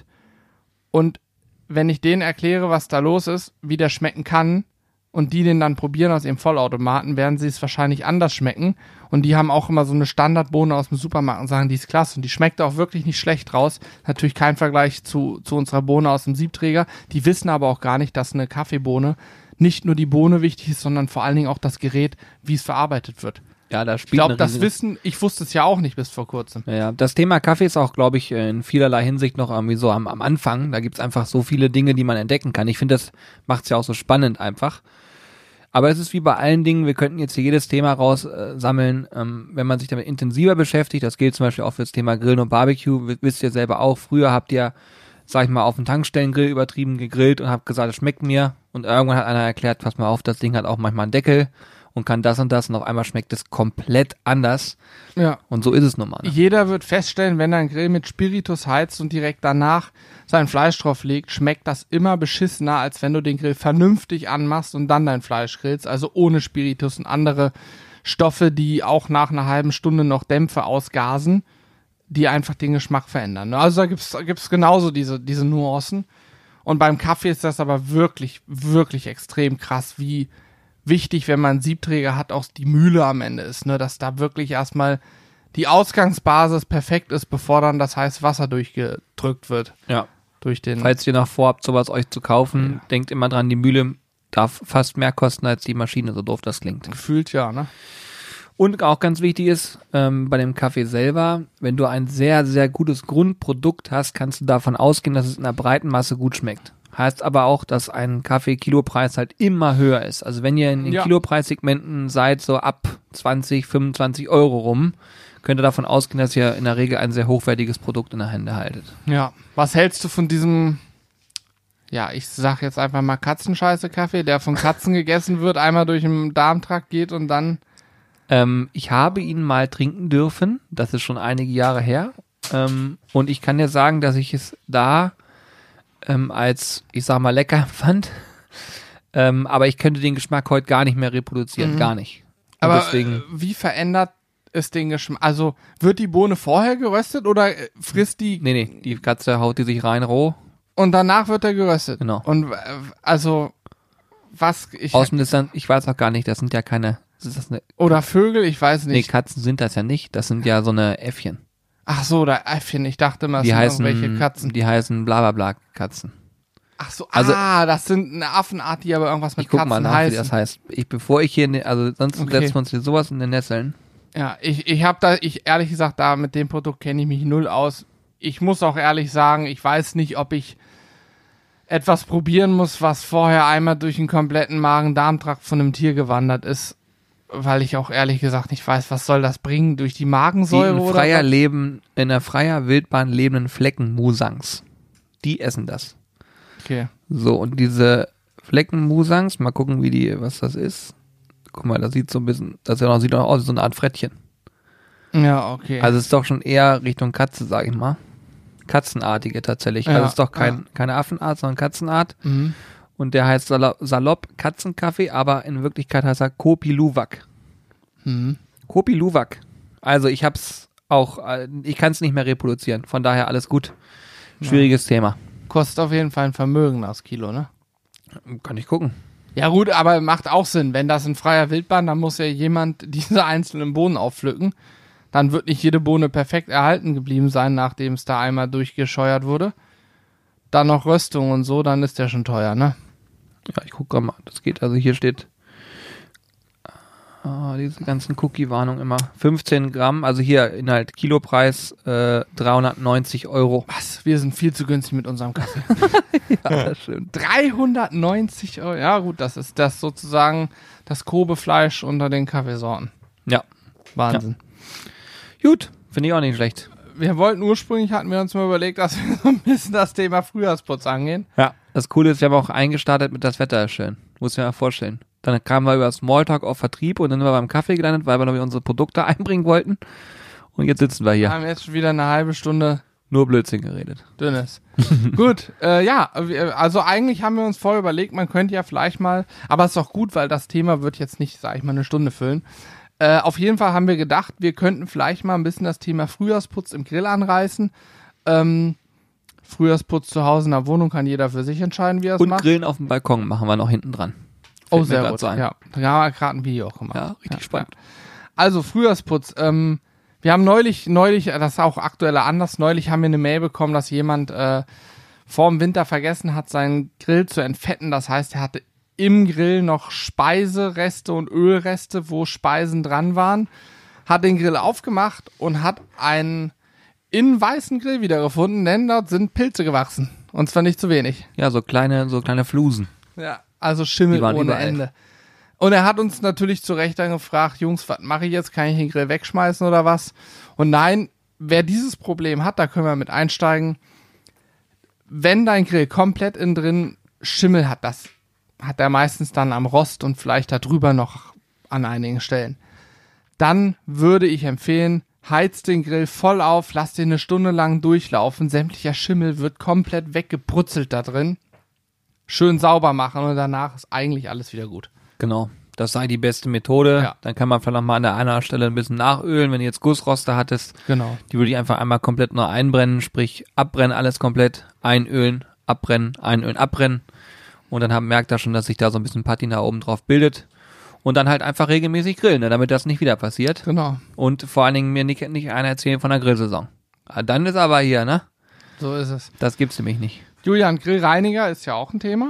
Speaker 1: und wenn ich denen erkläre, was da los ist, wie der schmecken kann und die den dann probieren aus ihrem Vollautomaten, werden sie es wahrscheinlich anders schmecken und die haben auch immer so eine Standardbohne aus dem Supermarkt und sagen, die ist klasse und die schmeckt auch wirklich nicht schlecht raus. Natürlich kein Vergleich zu unserer Bohne aus dem Siebträger. Die wissen aber auch gar nicht, dass eine Kaffeebohne nicht nur die Bohne wichtig ist, sondern vor allen Dingen auch das Gerät, wie es verarbeitet wird.
Speaker 2: Ja, da
Speaker 1: Ich
Speaker 2: spielt
Speaker 1: glaube, das Wissen, ich wusste es ja auch nicht bis vor kurzem.
Speaker 2: Ja, das Thema Kaffee ist auch, glaube ich, in vielerlei Hinsicht noch irgendwie so am Anfang. Da gibt's einfach so viele Dinge, die man entdecken kann. Ich finde, das macht's ja auch so spannend einfach. Aber es ist wie bei allen Dingen, wir könnten jetzt hier jedes Thema raussammeln, wenn man sich damit intensiver beschäftigt. Das gilt zum Beispiel auch für das Thema Grillen und Barbecue. Wisst ihr selber auch, früher habt ihr, sag ich mal, auf dem Tankstellengrill übertrieben gegrillt und habt gesagt, es schmeckt mir. Und irgendwann hat einer erklärt, pass mal auf, das Ding hat auch manchmal einen Deckel und kann das und das und auf einmal schmeckt es komplett anders.
Speaker 1: Ja.
Speaker 2: Und so ist es nun mal. Ne?
Speaker 1: Jeder wird feststellen, wenn er einen Grill mit Spiritus heizt und direkt danach sein Fleisch drauf legt, schmeckt das immer beschissener, als wenn du den Grill vernünftig anmachst und dann dein Fleisch grillst, also ohne Spiritus und andere Stoffe, die auch nach einer halben Stunde noch Dämpfe ausgasen, die einfach den Geschmack verändern. Also da gibt's genauso diese Nuancen. Und beim Kaffee ist das aber wirklich, wirklich extrem krass, wie wichtig, wenn man einen Siebträger hat, auch die Mühle am Ende ist, ne, dass da wirklich erstmal die Ausgangsbasis perfekt ist, bevor dann das heiße Wasser durchgedrückt wird.
Speaker 2: Ja.
Speaker 1: Durch den.
Speaker 2: Falls ihr noch vorhabt, sowas euch zu kaufen, denkt immer dran, die Mühle darf fast mehr kosten als die Maschine, so doof das klingt.
Speaker 1: Gefühlt ja, ne?
Speaker 2: Und auch ganz wichtig ist, bei dem Kaffee selber, wenn du ein sehr, sehr gutes Grundprodukt hast, kannst du davon ausgehen, dass es in der breiten Masse gut schmeckt. Heißt aber auch, dass ein Kaffee-Kilopreis halt immer höher ist. Also wenn ihr in den Kilopreissegmenten seid, so ab 20, 25 Euro rum, könnt ihr davon ausgehen, dass ihr in der Regel ein sehr hochwertiges Produkt in der Hände haltet.
Speaker 1: Ja. Was hältst du von diesem, Ja, ich sag jetzt einfach mal Katzenscheiße-Kaffee, der von Katzen gegessen wird, einmal durch den Darmtrakt geht und dann...
Speaker 2: Ich habe ihn mal trinken dürfen, das ist schon einige Jahre her. Und ich kann dir sagen, dass ich es da als, ich sag mal, lecker fand. Aber ich könnte den Geschmack heute gar nicht mehr reproduzieren, gar nicht. Und
Speaker 1: Aber
Speaker 2: deswegen,
Speaker 1: wie verändert es den Geschmack? Also wird die Bohne vorher geröstet oder frisst die
Speaker 2: nee, die Katze haut die sich rein roh.
Speaker 1: und danach wird er geröstet?
Speaker 2: Genau.
Speaker 1: Und also was
Speaker 2: Außen ist dann, ich weiß auch gar nicht, das sind ja keine, ist das eine,
Speaker 1: oder Vögel, ich weiß
Speaker 2: nee,
Speaker 1: nicht.
Speaker 2: Katzen sind das ja nicht, das sind ja so eine Äffchen.
Speaker 1: Ach so, da Äffchen, ich dachte mal, es
Speaker 2: Die
Speaker 1: sind
Speaker 2: heißen,
Speaker 1: irgendwelche Katzen.
Speaker 2: die heißen blablabla Katzen.
Speaker 1: Ach so,
Speaker 2: also-
Speaker 1: das sind eine Affenart, die aber irgendwas mit
Speaker 2: Ich guck
Speaker 1: Katzen
Speaker 2: mal nach,
Speaker 1: heißen.
Speaker 2: wie das heißt. Bevor ich hier, also sonst
Speaker 1: Okay.
Speaker 2: setzen wir uns hier sowas in den Nesseln.
Speaker 1: Ja, ich ehrlich gesagt, da mit dem Produkt kenne ich mich null aus. Ich muss auch ehrlich sagen, ich weiß nicht, ob ich etwas probieren muss, was vorher einmal durch den kompletten Magen-Darm-Trakt von einem Tier gewandert ist, weil ich auch ehrlich gesagt nicht weiß, was soll das bringen durch die
Speaker 2: Die
Speaker 1: Magensäure oder was?
Speaker 2: in der freier Wildbahn lebenden Fleckenmusangs. Die essen das.
Speaker 1: Okay.
Speaker 2: So, und diese Fleckenmusangs, mal gucken, was das ist. Guck mal, das sieht so ein bisschen, sieht auch aus wie so eine Art Frettchen.
Speaker 1: Ja, okay.
Speaker 2: Also es ist doch schon eher Richtung Katze, sag ich mal. Katzenartige tatsächlich.
Speaker 1: Ja,
Speaker 2: Also es ist doch keine Affenart, sondern Katzenart.
Speaker 1: Mhm.
Speaker 2: Und der heißt salopp Katzenkaffee, aber in Wirklichkeit heißt er Kopi Luwak.
Speaker 1: Mhm.
Speaker 2: Kopi Luwak. Also ich hab's auch, ich kann es nicht mehr reproduzieren. Von daher alles gut. Schwieriges Thema.
Speaker 1: Kostet auf jeden Fall ein Vermögen das Kilo, ne?
Speaker 2: Kann ich gucken.
Speaker 1: Ja gut, aber macht auch Sinn. Wenn das in freier Wildbahn, dann muss ja jemand diese einzelnen Bohnen aufpflücken. Dann wird nicht jede Bohne perfekt erhalten geblieben sein, nachdem es da einmal durchgescheuert wurde. Dann noch Röstung und so, dann ist der schon teuer, ne?
Speaker 2: Ja, ich gucke mal. Das geht, also hier steht diese ganzen Cookie-Warnungen immer. 15 Gramm, also hier Inhalt, Kilopreis 390 Euro.
Speaker 1: Was? Wir sind viel zu günstig mit unserem Kaffee.
Speaker 2: Ja, das stimmt.
Speaker 1: 390 Euro. Ja gut, das ist das sozusagen das Kobefleisch unter den Kaffeesorten.
Speaker 2: Ja,
Speaker 1: Wahnsinn.
Speaker 2: gut. Finde ich auch nicht schlecht.
Speaker 1: Wir wollten ursprünglich, hatten wir uns mal überlegt, dass wir so ein bisschen das Thema Frühjahrsputz angehen.
Speaker 2: Ja. Das Coole ist, wir haben auch eingestartet mit das Wetter ist schön. Muss ich mir mal vorstellen. Dann kamen wir über Smalltalk auf Vertrieb und dann sind wir beim Kaffee gelandet, weil wir noch unsere Produkte einbringen wollten. Und jetzt sitzen wir
Speaker 1: Wir
Speaker 2: hier.
Speaker 1: haben jetzt schon wieder eine halbe Stunde
Speaker 2: Nur Blödsinn geredet.
Speaker 1: Dünnes. Gut, also eigentlich haben wir uns vorher überlegt, man könnte ja vielleicht mal, aber es ist auch gut, weil das Thema wird jetzt nicht, sag ich mal, eine Stunde füllen. Auf jeden Fall haben wir gedacht, wir könnten vielleicht mal ein bisschen das Thema Frühjahrsputz im Grill anreißen. Frühjahrsputz zu Hause in der Wohnung kann jeder für sich entscheiden, wie er es
Speaker 2: Und
Speaker 1: macht.
Speaker 2: Grillen auf dem Balkon machen wir noch hinten dran.
Speaker 1: Oh,
Speaker 2: Fällt mir
Speaker 1: sehr
Speaker 2: grad
Speaker 1: gut.
Speaker 2: so ein.
Speaker 1: Ja, da haben wir gerade ein Video auch gemacht.
Speaker 2: Ja, richtig spannend.
Speaker 1: Also Frühjahrsputz. Wir haben neulich, das ist auch aktueller Anlass, neulich haben wir eine Mail bekommen, dass jemand vor dem Winter vergessen hat, seinen Grill zu entfetten. Das heißt, er hatte im Grill noch Speisereste und Ölreste, wo Speisen dran waren. Hat den Grill aufgemacht und hat einen in weißen Grill wiedergefunden, denn dort sind Pilze gewachsen. Und zwar nicht zu wenig.
Speaker 2: Ja, so kleine Flusen.
Speaker 1: Ja, also Schimmel
Speaker 2: Die waren
Speaker 1: ohne
Speaker 2: überall.
Speaker 1: Ende. Und er hat uns natürlich zu Recht dann gefragt, Jungs, was mache ich jetzt? Kann ich den Grill wegschmeißen oder was? Und nein, wer dieses Problem hat, da können wir mit einsteigen. Wenn dein Grill komplett innen drin Schimmel hat, das hat er meistens dann am Rost und vielleicht darüber noch an einigen Stellen. Dann würde ich empfehlen, heiz den Grill voll auf, lass den eine Stunde lang durchlaufen. Sämtlicher Schimmel wird komplett weggebrutzelt da drin. Schön sauber machen und danach ist eigentlich alles wieder gut.
Speaker 2: Genau. Das sei die beste Methode.
Speaker 1: Ja.
Speaker 2: Dann kann man vielleicht noch mal an der einen Stelle ein bisschen nachölen. Wenn du jetzt Gussroste hattest,
Speaker 1: Genau.
Speaker 2: die würde ich einfach einmal komplett nur einbrennen, sprich abbrennen, alles komplett, einölen, abbrennen, abbrennen. Und dann merkt er schon, dass sich da so ein bisschen Patina oben drauf bildet. Und dann halt einfach regelmäßig grillen, ne, damit das nicht wieder passiert.
Speaker 1: Genau.
Speaker 2: Und vor allen Dingen mir nicht einer erzählen von der Grillsaison. Dann ist aber hier, ne?
Speaker 1: So ist es.
Speaker 2: Das gibt's nämlich nicht.
Speaker 1: Julian, Grillreiniger ist ja auch ein Thema.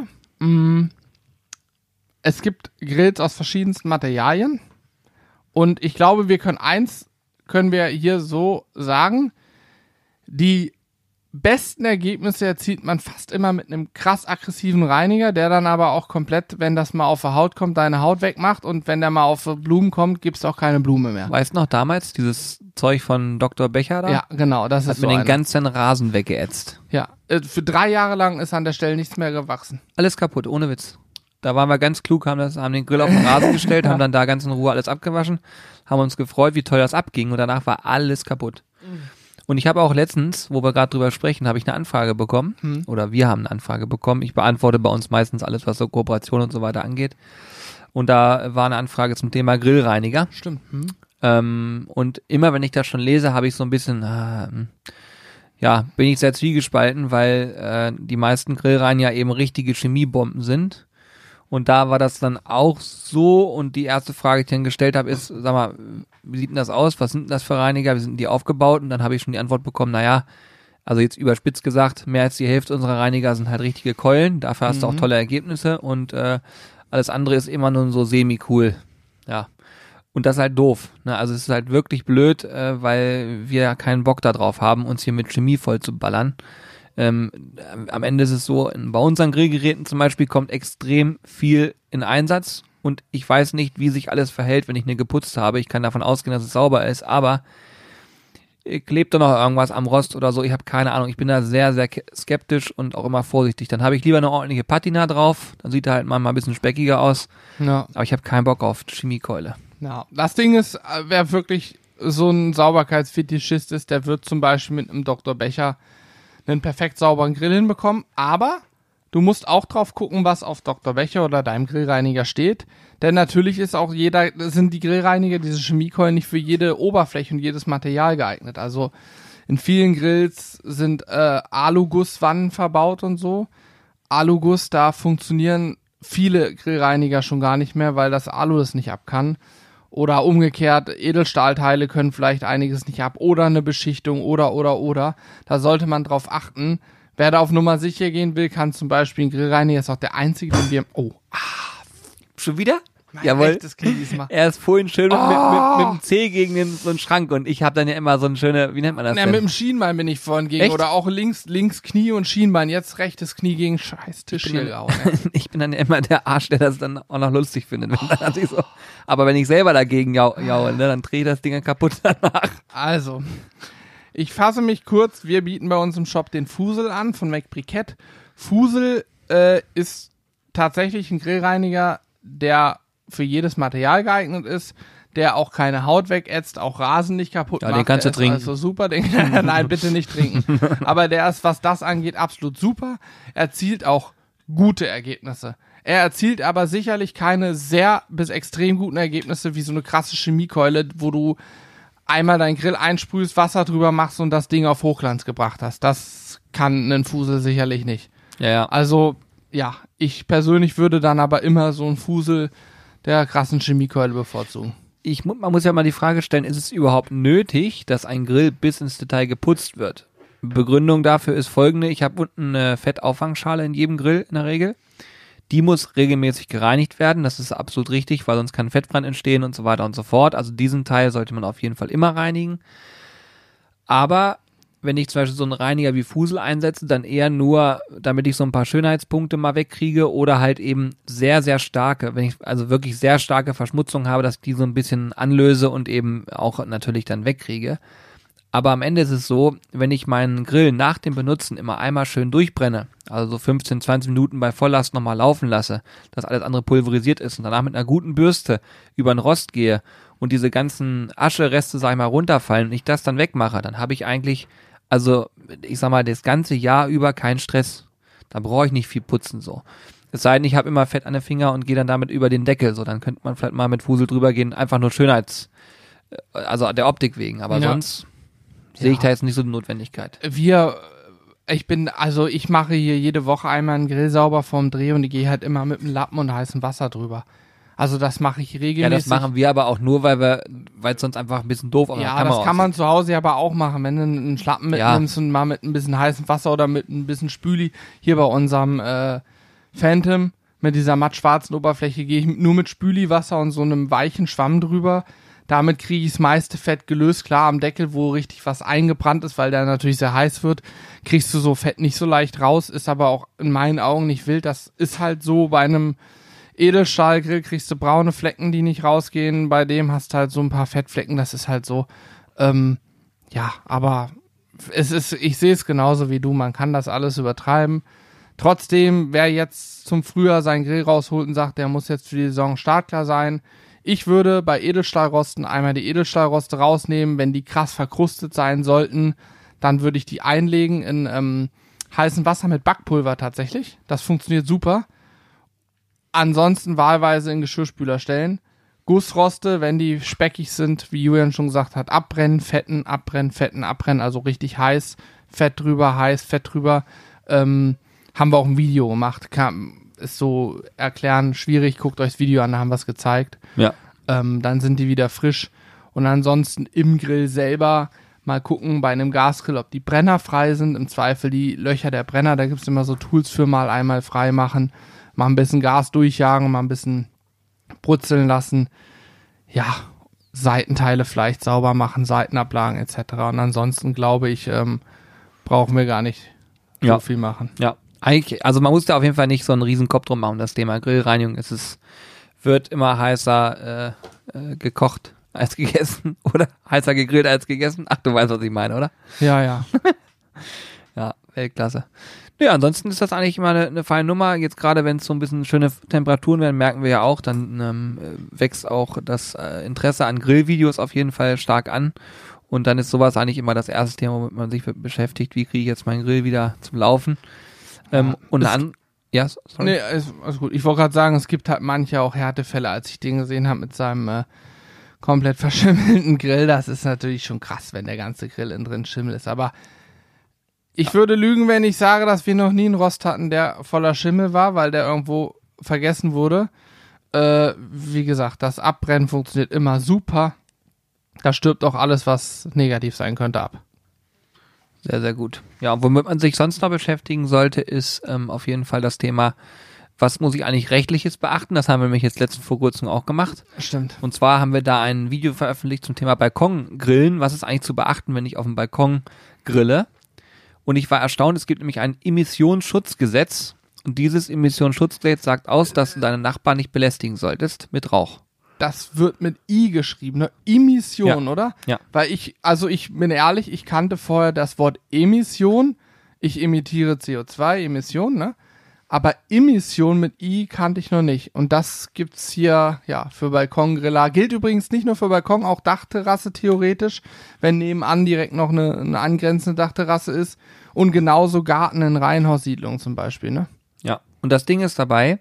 Speaker 1: Es gibt Grills aus verschiedensten Materialien. Und ich glaube, können wir hier so sagen, die besten Ergebnisse erzielt man fast immer mit einem krass aggressiven Reiniger, der dann aber auch komplett, wenn das mal auf die Haut kommt, deine Haut wegmacht und wenn der mal auf Blumen kommt, gibt's auch keine Blume mehr.
Speaker 2: Weißt du noch damals, dieses Zeug von Dr. Becher da?
Speaker 1: Ja, genau, das
Speaker 2: Hat
Speaker 1: ist
Speaker 2: mir
Speaker 1: so
Speaker 2: den
Speaker 1: eine.
Speaker 2: ganzen Rasen weggeätzt.
Speaker 1: Ja, für 3 Jahre lang ist an der Stelle nichts mehr gewachsen.
Speaker 2: Alles kaputt, ohne Witz. Da waren wir ganz klug, haben den Grill auf den Rasen gestellt, haben dann da ganz in Ruhe alles abgewaschen, haben uns gefreut, wie toll das abging und danach war alles kaputt. Und ich habe auch letztens, wo wir gerade drüber sprechen, habe ich eine Anfrage bekommen, oder wir haben eine Anfrage bekommen. Ich beantworte bei uns meistens alles, was so Kooperation und so weiter angeht. Und da war eine Anfrage zum Thema Grillreiniger.
Speaker 1: Stimmt.
Speaker 2: Und immer wenn ich das schon lese, habe ich so ein bisschen, bin ich sehr zwiegespalten, weil die meisten Grillreiniger eben richtige Chemiebomben sind. Und da war das dann auch so und die erste Frage, die ich dann gestellt habe, ist, sag mal, wie sieht denn das aus? Was sind denn das für Reiniger? Wie sind denn die aufgebaut? Und dann habe ich schon die Antwort bekommen, also jetzt überspitzt gesagt, mehr als die Hälfte unserer Reiniger sind halt richtige Keulen. Dafür hast du auch tolle Ergebnisse und alles andere ist immer nur so semi-cool. Ja. Und das ist halt doof. Ne? Also es ist halt wirklich blöd, weil wir ja keinen Bock da drauf haben, uns hier mit Chemie voll zu ballern. Am Ende ist es so, bei unseren Grillgeräten zum Beispiel kommt extrem viel in Einsatz und ich weiß nicht, wie sich alles verhält, wenn ich eine geputzt habe. Ich kann davon ausgehen, dass es sauber ist, aber klebt da noch irgendwas am Rost oder so? Ich habe keine Ahnung. Ich bin da sehr, sehr skeptisch und auch immer vorsichtig. Dann habe ich lieber eine ordentliche Patina drauf. Dann sieht er halt mal ein bisschen speckiger aus.
Speaker 1: Ja.
Speaker 2: Aber ich habe keinen Bock auf Chemiekeule.
Speaker 1: Ja, das Ding ist, wer wirklich so ein Sauberkeitsfetischist ist, der wird zum Beispiel mit einem Dr. Becher einen perfekt sauberen Grill hinbekommen, aber du musst auch drauf gucken, was auf Dr. Becher oder deinem Grillreiniger steht, denn natürlich sind die Grillreiniger, diese Chemiekeulen, nicht für jede Oberfläche und jedes Material geeignet. Also in vielen Grills sind Alugusswannen verbaut und so. Aluguss, da funktionieren viele Grillreiniger schon gar nicht mehr, weil das Alu es nicht ab kann. Oder umgekehrt, Edelstahlteile können vielleicht einiges nicht ab. Oder eine Beschichtung oder. Da sollte man drauf achten. Wer da auf Nummer sicher gehen will, kann zum Beispiel einen Grillreiniger, ist auch der einzige, den wir...
Speaker 2: Schon wieder?
Speaker 1: Mein
Speaker 2: Jawohl.
Speaker 1: rechtes Knie diesmal.
Speaker 2: Er ist vorhin schön mit dem Zeh gegen so einen Schrank und ich habe dann ja immer so eine schöne, wie nennt man das
Speaker 1: Ja,
Speaker 2: denn?
Speaker 1: mit dem Schienbein bin ich vorhin gegen.
Speaker 2: Echt?
Speaker 1: Oder auch links Knie und Schienbein. Jetzt rechtes Knie gegen scheiß Tisch hier gehauen.
Speaker 2: Ich bin dann ja immer der Arsch, der das dann auch noch lustig findet. Wenn dann sich so, aber wenn ich selber dagegen jaule, ne, dann drehe ich das Ding kaputt danach.
Speaker 1: Also, ich fasse mich kurz. Wir bieten bei uns im Shop den Fusel an von McBriquette. Fusel ist tatsächlich ein Grillreiniger, der für jedes Material geeignet ist, der auch keine Haut wegätzt, auch Rasen nicht kaputt macht.
Speaker 2: Den kannst du trinken.
Speaker 1: Also super, nein, bitte nicht trinken. Aber der ist, was das angeht, absolut super. Er erzielt auch gute Ergebnisse. Er erzielt aber sicherlich keine sehr bis extrem guten Ergebnisse wie so eine krasse Chemiekeule, wo du einmal deinen Grill einsprühst, Wasser drüber machst und das Ding auf Hochglanz gebracht hast. Das kann ein Fusel sicherlich nicht.
Speaker 2: Ja.
Speaker 1: Also, ja, ich persönlich würde dann aber immer so einen Fusel der krassen Chemiekeule bevorzugen.
Speaker 2: Man muss ja mal die Frage stellen, ist es überhaupt nötig, dass ein Grill bis ins Detail geputzt wird? Begründung dafür ist folgende: Ich habe unten eine Fettauffangschale in jedem Grill in der Regel. Die muss regelmäßig gereinigt werden, das ist absolut richtig, weil sonst kann Fettbrand entstehen und so weiter und so fort. Also diesen Teil sollte man auf jeden Fall immer reinigen. Aber wenn ich zum Beispiel so einen Reiniger wie Fusel einsetze, dann eher nur, damit ich so ein paar Schönheitspunkte mal wegkriege oder halt eben sehr, sehr starke, wenn ich also wirklich sehr starke Verschmutzung habe, dass ich die so ein bisschen anlöse und eben auch natürlich dann wegkriege. Aber am Ende ist es so, wenn ich meinen Grill nach dem Benutzen immer einmal schön durchbrenne, also so 15, 20 Minuten bei Volllast nochmal laufen lasse, dass alles andere pulverisiert ist und danach mit einer guten Bürste über den Rost gehe und diese ganzen Aschereste, sag ich mal, runterfallen und ich das dann wegmache, dann habe ich eigentlich, also ich sag mal, das ganze Jahr über keinen Stress. Da brauche ich nicht viel putzen so. Es sei denn, ich habe immer Fett an den Finger und gehe dann damit über den Deckel, so dann könnte man vielleicht mal mit Fusel drüber gehen, einfach nur also der Optik wegen, aber sonst sehe ich da jetzt nicht so die Notwendigkeit.
Speaker 1: Ich mache hier jede Woche einmal einen Grill sauber vorm Dreh und ich gehe halt immer mit einem Lappen und heißem Wasser drüber. Also das mache ich regelmäßig.
Speaker 2: Ja, das machen wir aber auch nur, weil es sonst einfach ein bisschen doof aussieht.
Speaker 1: Ja, das kann man zu Hause aber auch machen, wenn du einen Schlappen mitnimmst und mal mit ein bisschen heißem Wasser oder mit ein bisschen Spüli. Hier bei unserem Phantom mit dieser mattschwarzen Oberfläche gehe ich nur mit Spüliwasser und so einem weichen Schwamm drüber. Damit kriege ich das meiste Fett gelöst. Klar, am Deckel, wo richtig was eingebrannt ist, weil der natürlich sehr heiß wird, kriegst du so Fett nicht so leicht raus. Ist aber auch in meinen Augen nicht wild. Das ist halt so, bei einem Edelstahlgrill kriegst du braune Flecken, die nicht rausgehen. Bei dem hast du halt so ein paar Fettflecken. Das ist halt so. Ja, aber ich sehe es genauso wie du, man kann das alles übertreiben. Trotzdem, wer jetzt zum Frühjahr seinen Grill rausholt und sagt, der muss jetzt für die Saison startklar sein, ich würde bei Edelstahlrosten einmal die Edelstahlroste rausnehmen, wenn die krass verkrustet sein sollten, dann würde ich die einlegen in heißem Wasser mit Backpulver tatsächlich. Das funktioniert super. Ansonsten wahlweise in Geschirrspüler stellen. Gussroste, wenn die speckig sind, wie Julian schon gesagt hat, abbrennen, fetten, also richtig heiß, Fett drüber, heiß, Fett drüber. Haben wir auch ein Video gemacht. Ist so erklären schwierig, guckt euch das Video an, da haben wir es gezeigt.
Speaker 2: Ja.
Speaker 1: Dann sind die wieder frisch. Und ansonsten im Grill selber mal gucken bei einem Gasgrill, ob die Brenner frei sind. Im Zweifel die Löcher der Brenner, da gibt es immer so Tools für mal einmal frei machen. Mal ein bisschen Gas durchjagen, mal ein bisschen brutzeln lassen. Ja, Seitenteile vielleicht sauber machen, Seitenablagen etc. Und ansonsten glaube ich, brauchen wir gar nicht so viel machen.
Speaker 2: Ja, eigentlich, also man muss da auf jeden Fall nicht so einen riesen Kopf drum machen, das Thema Grillreinigung. Wird immer heißer gekocht als gegessen oder heißer gegrillt als gegessen. Ach, du weißt, was ich meine, oder?
Speaker 1: Ja.
Speaker 2: Ja, Weltklasse. Ja, ansonsten ist das eigentlich immer eine feine Nummer. Jetzt gerade, wenn es so ein bisschen schöne Temperaturen werden, merken wir ja auch, dann wächst auch das Interesse an Grillvideos auf jeden Fall stark an. Und dann ist sowas eigentlich immer das erste Thema, womit man sich beschäftigt. Wie kriege ich jetzt meinen Grill wieder zum Laufen? Ja, sorry.
Speaker 1: Nee, alles gut. Ich wollte gerade sagen, es gibt halt manche auch Härtefälle, als ich den gesehen habe mit seinem komplett verschimmelten Grill. Das ist natürlich schon krass, wenn der ganze Grill innen drin Schimmel ist. Aber ich würde lügen, wenn ich sage, dass wir noch nie einen Rost hatten, der voller Schimmel war, weil der irgendwo vergessen wurde. Wie gesagt, das Abbrennen funktioniert immer super. Da stirbt auch alles, was negativ sein könnte, ab.
Speaker 2: Sehr, sehr gut. Ja, und womit man sich sonst noch beschäftigen sollte, ist auf jeden Fall das Thema, was muss ich eigentlich Rechtliches beachten? Das haben wir nämlich jetzt vor kurzem auch gemacht.
Speaker 1: Stimmt.
Speaker 2: Und zwar haben wir da ein Video veröffentlicht zum Thema Balkongrillen. Was ist eigentlich zu beachten, wenn ich auf dem Balkon grille? Und ich war erstaunt, es gibt nämlich ein Emissionsschutzgesetz. Und dieses Emissionsschutzgesetz sagt aus, dass du deine Nachbarn nicht belästigen solltest mit Rauch.
Speaker 1: Das wird mit I geschrieben, ne? Emission,
Speaker 2: Ja.
Speaker 1: oder?
Speaker 2: Ja.
Speaker 1: Weil ich bin ehrlich, ich kannte vorher das Wort Emission. Ich emitiere CO2, Emission, ne? Aber Emission mit I kannte ich noch nicht. Und das gibt's hier, ja, für Balkongriller. Gilt übrigens nicht nur für Balkon, auch Dachterrasse theoretisch, wenn nebenan direkt noch eine angrenzende Dachterrasse ist. Und genauso Garten in Reihenhaussiedlungen zum Beispiel, ne?
Speaker 2: Ja. Und das Ding ist dabei,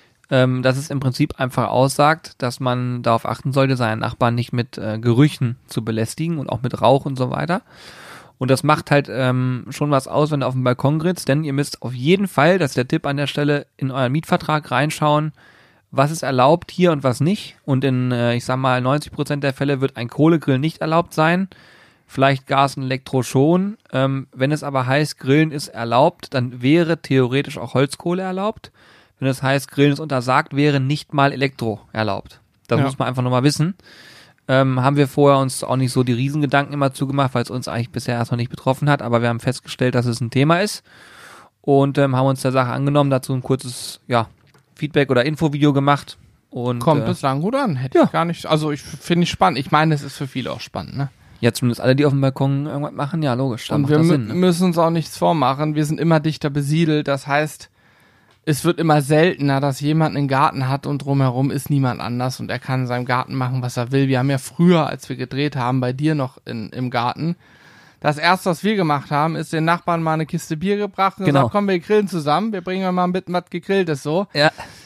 Speaker 2: dass es im Prinzip einfach aussagt, dass man darauf achten sollte, seinen Nachbarn nicht mit Gerüchen zu belästigen und auch mit Rauch und so weiter. Und das macht halt schon was aus, wenn du auf dem Balkon grillst, denn ihr müsst auf jeden Fall, das ist der Tipp an der Stelle, in euren Mietvertrag reinschauen, was ist erlaubt hier und was nicht. Und in, ich sag mal, 90% der Fälle wird ein Kohlegrill nicht erlaubt sein. Vielleicht Gas und Elektro schon. Wenn es aber heißt, Grillen ist erlaubt, dann wäre theoretisch auch Holzkohle erlaubt. Wenn es heißt, Grillen ist untersagt, wäre nicht mal Elektro erlaubt. Das muss man einfach nur mal wissen. Haben wir vorher uns auch nicht so die Riesengedanken immer zugemacht, weil es uns eigentlich bisher erstmal nicht betroffen hat, aber wir haben festgestellt, dass es ein Thema ist und haben uns der Sache angenommen, dazu ein kurzes Feedback- oder Infovideo gemacht. Und,
Speaker 1: kommt bislang gut an, hätte ich gar nicht, also ich finde es spannend, ich meine, es ist für viele auch spannend, ne?
Speaker 2: Ja, zumindest alle, die auf dem Balkon irgendwas machen, ja logisch.
Speaker 1: Und wir müssen uns auch nichts vormachen, wir sind immer dichter besiedelt, das heißt, es wird immer seltener, dass jemand einen Garten hat und drumherum ist niemand anders und er kann in seinem Garten machen, was er will. Wir haben ja früher, als wir gedreht haben, bei dir noch im Garten, das erste, was wir gemacht haben, ist den Nachbarn mal eine Kiste Bier gebracht und gesagt, komm, wir grillen zusammen, wir bringen mal mit was Gegrilltes so.
Speaker 2: Ja.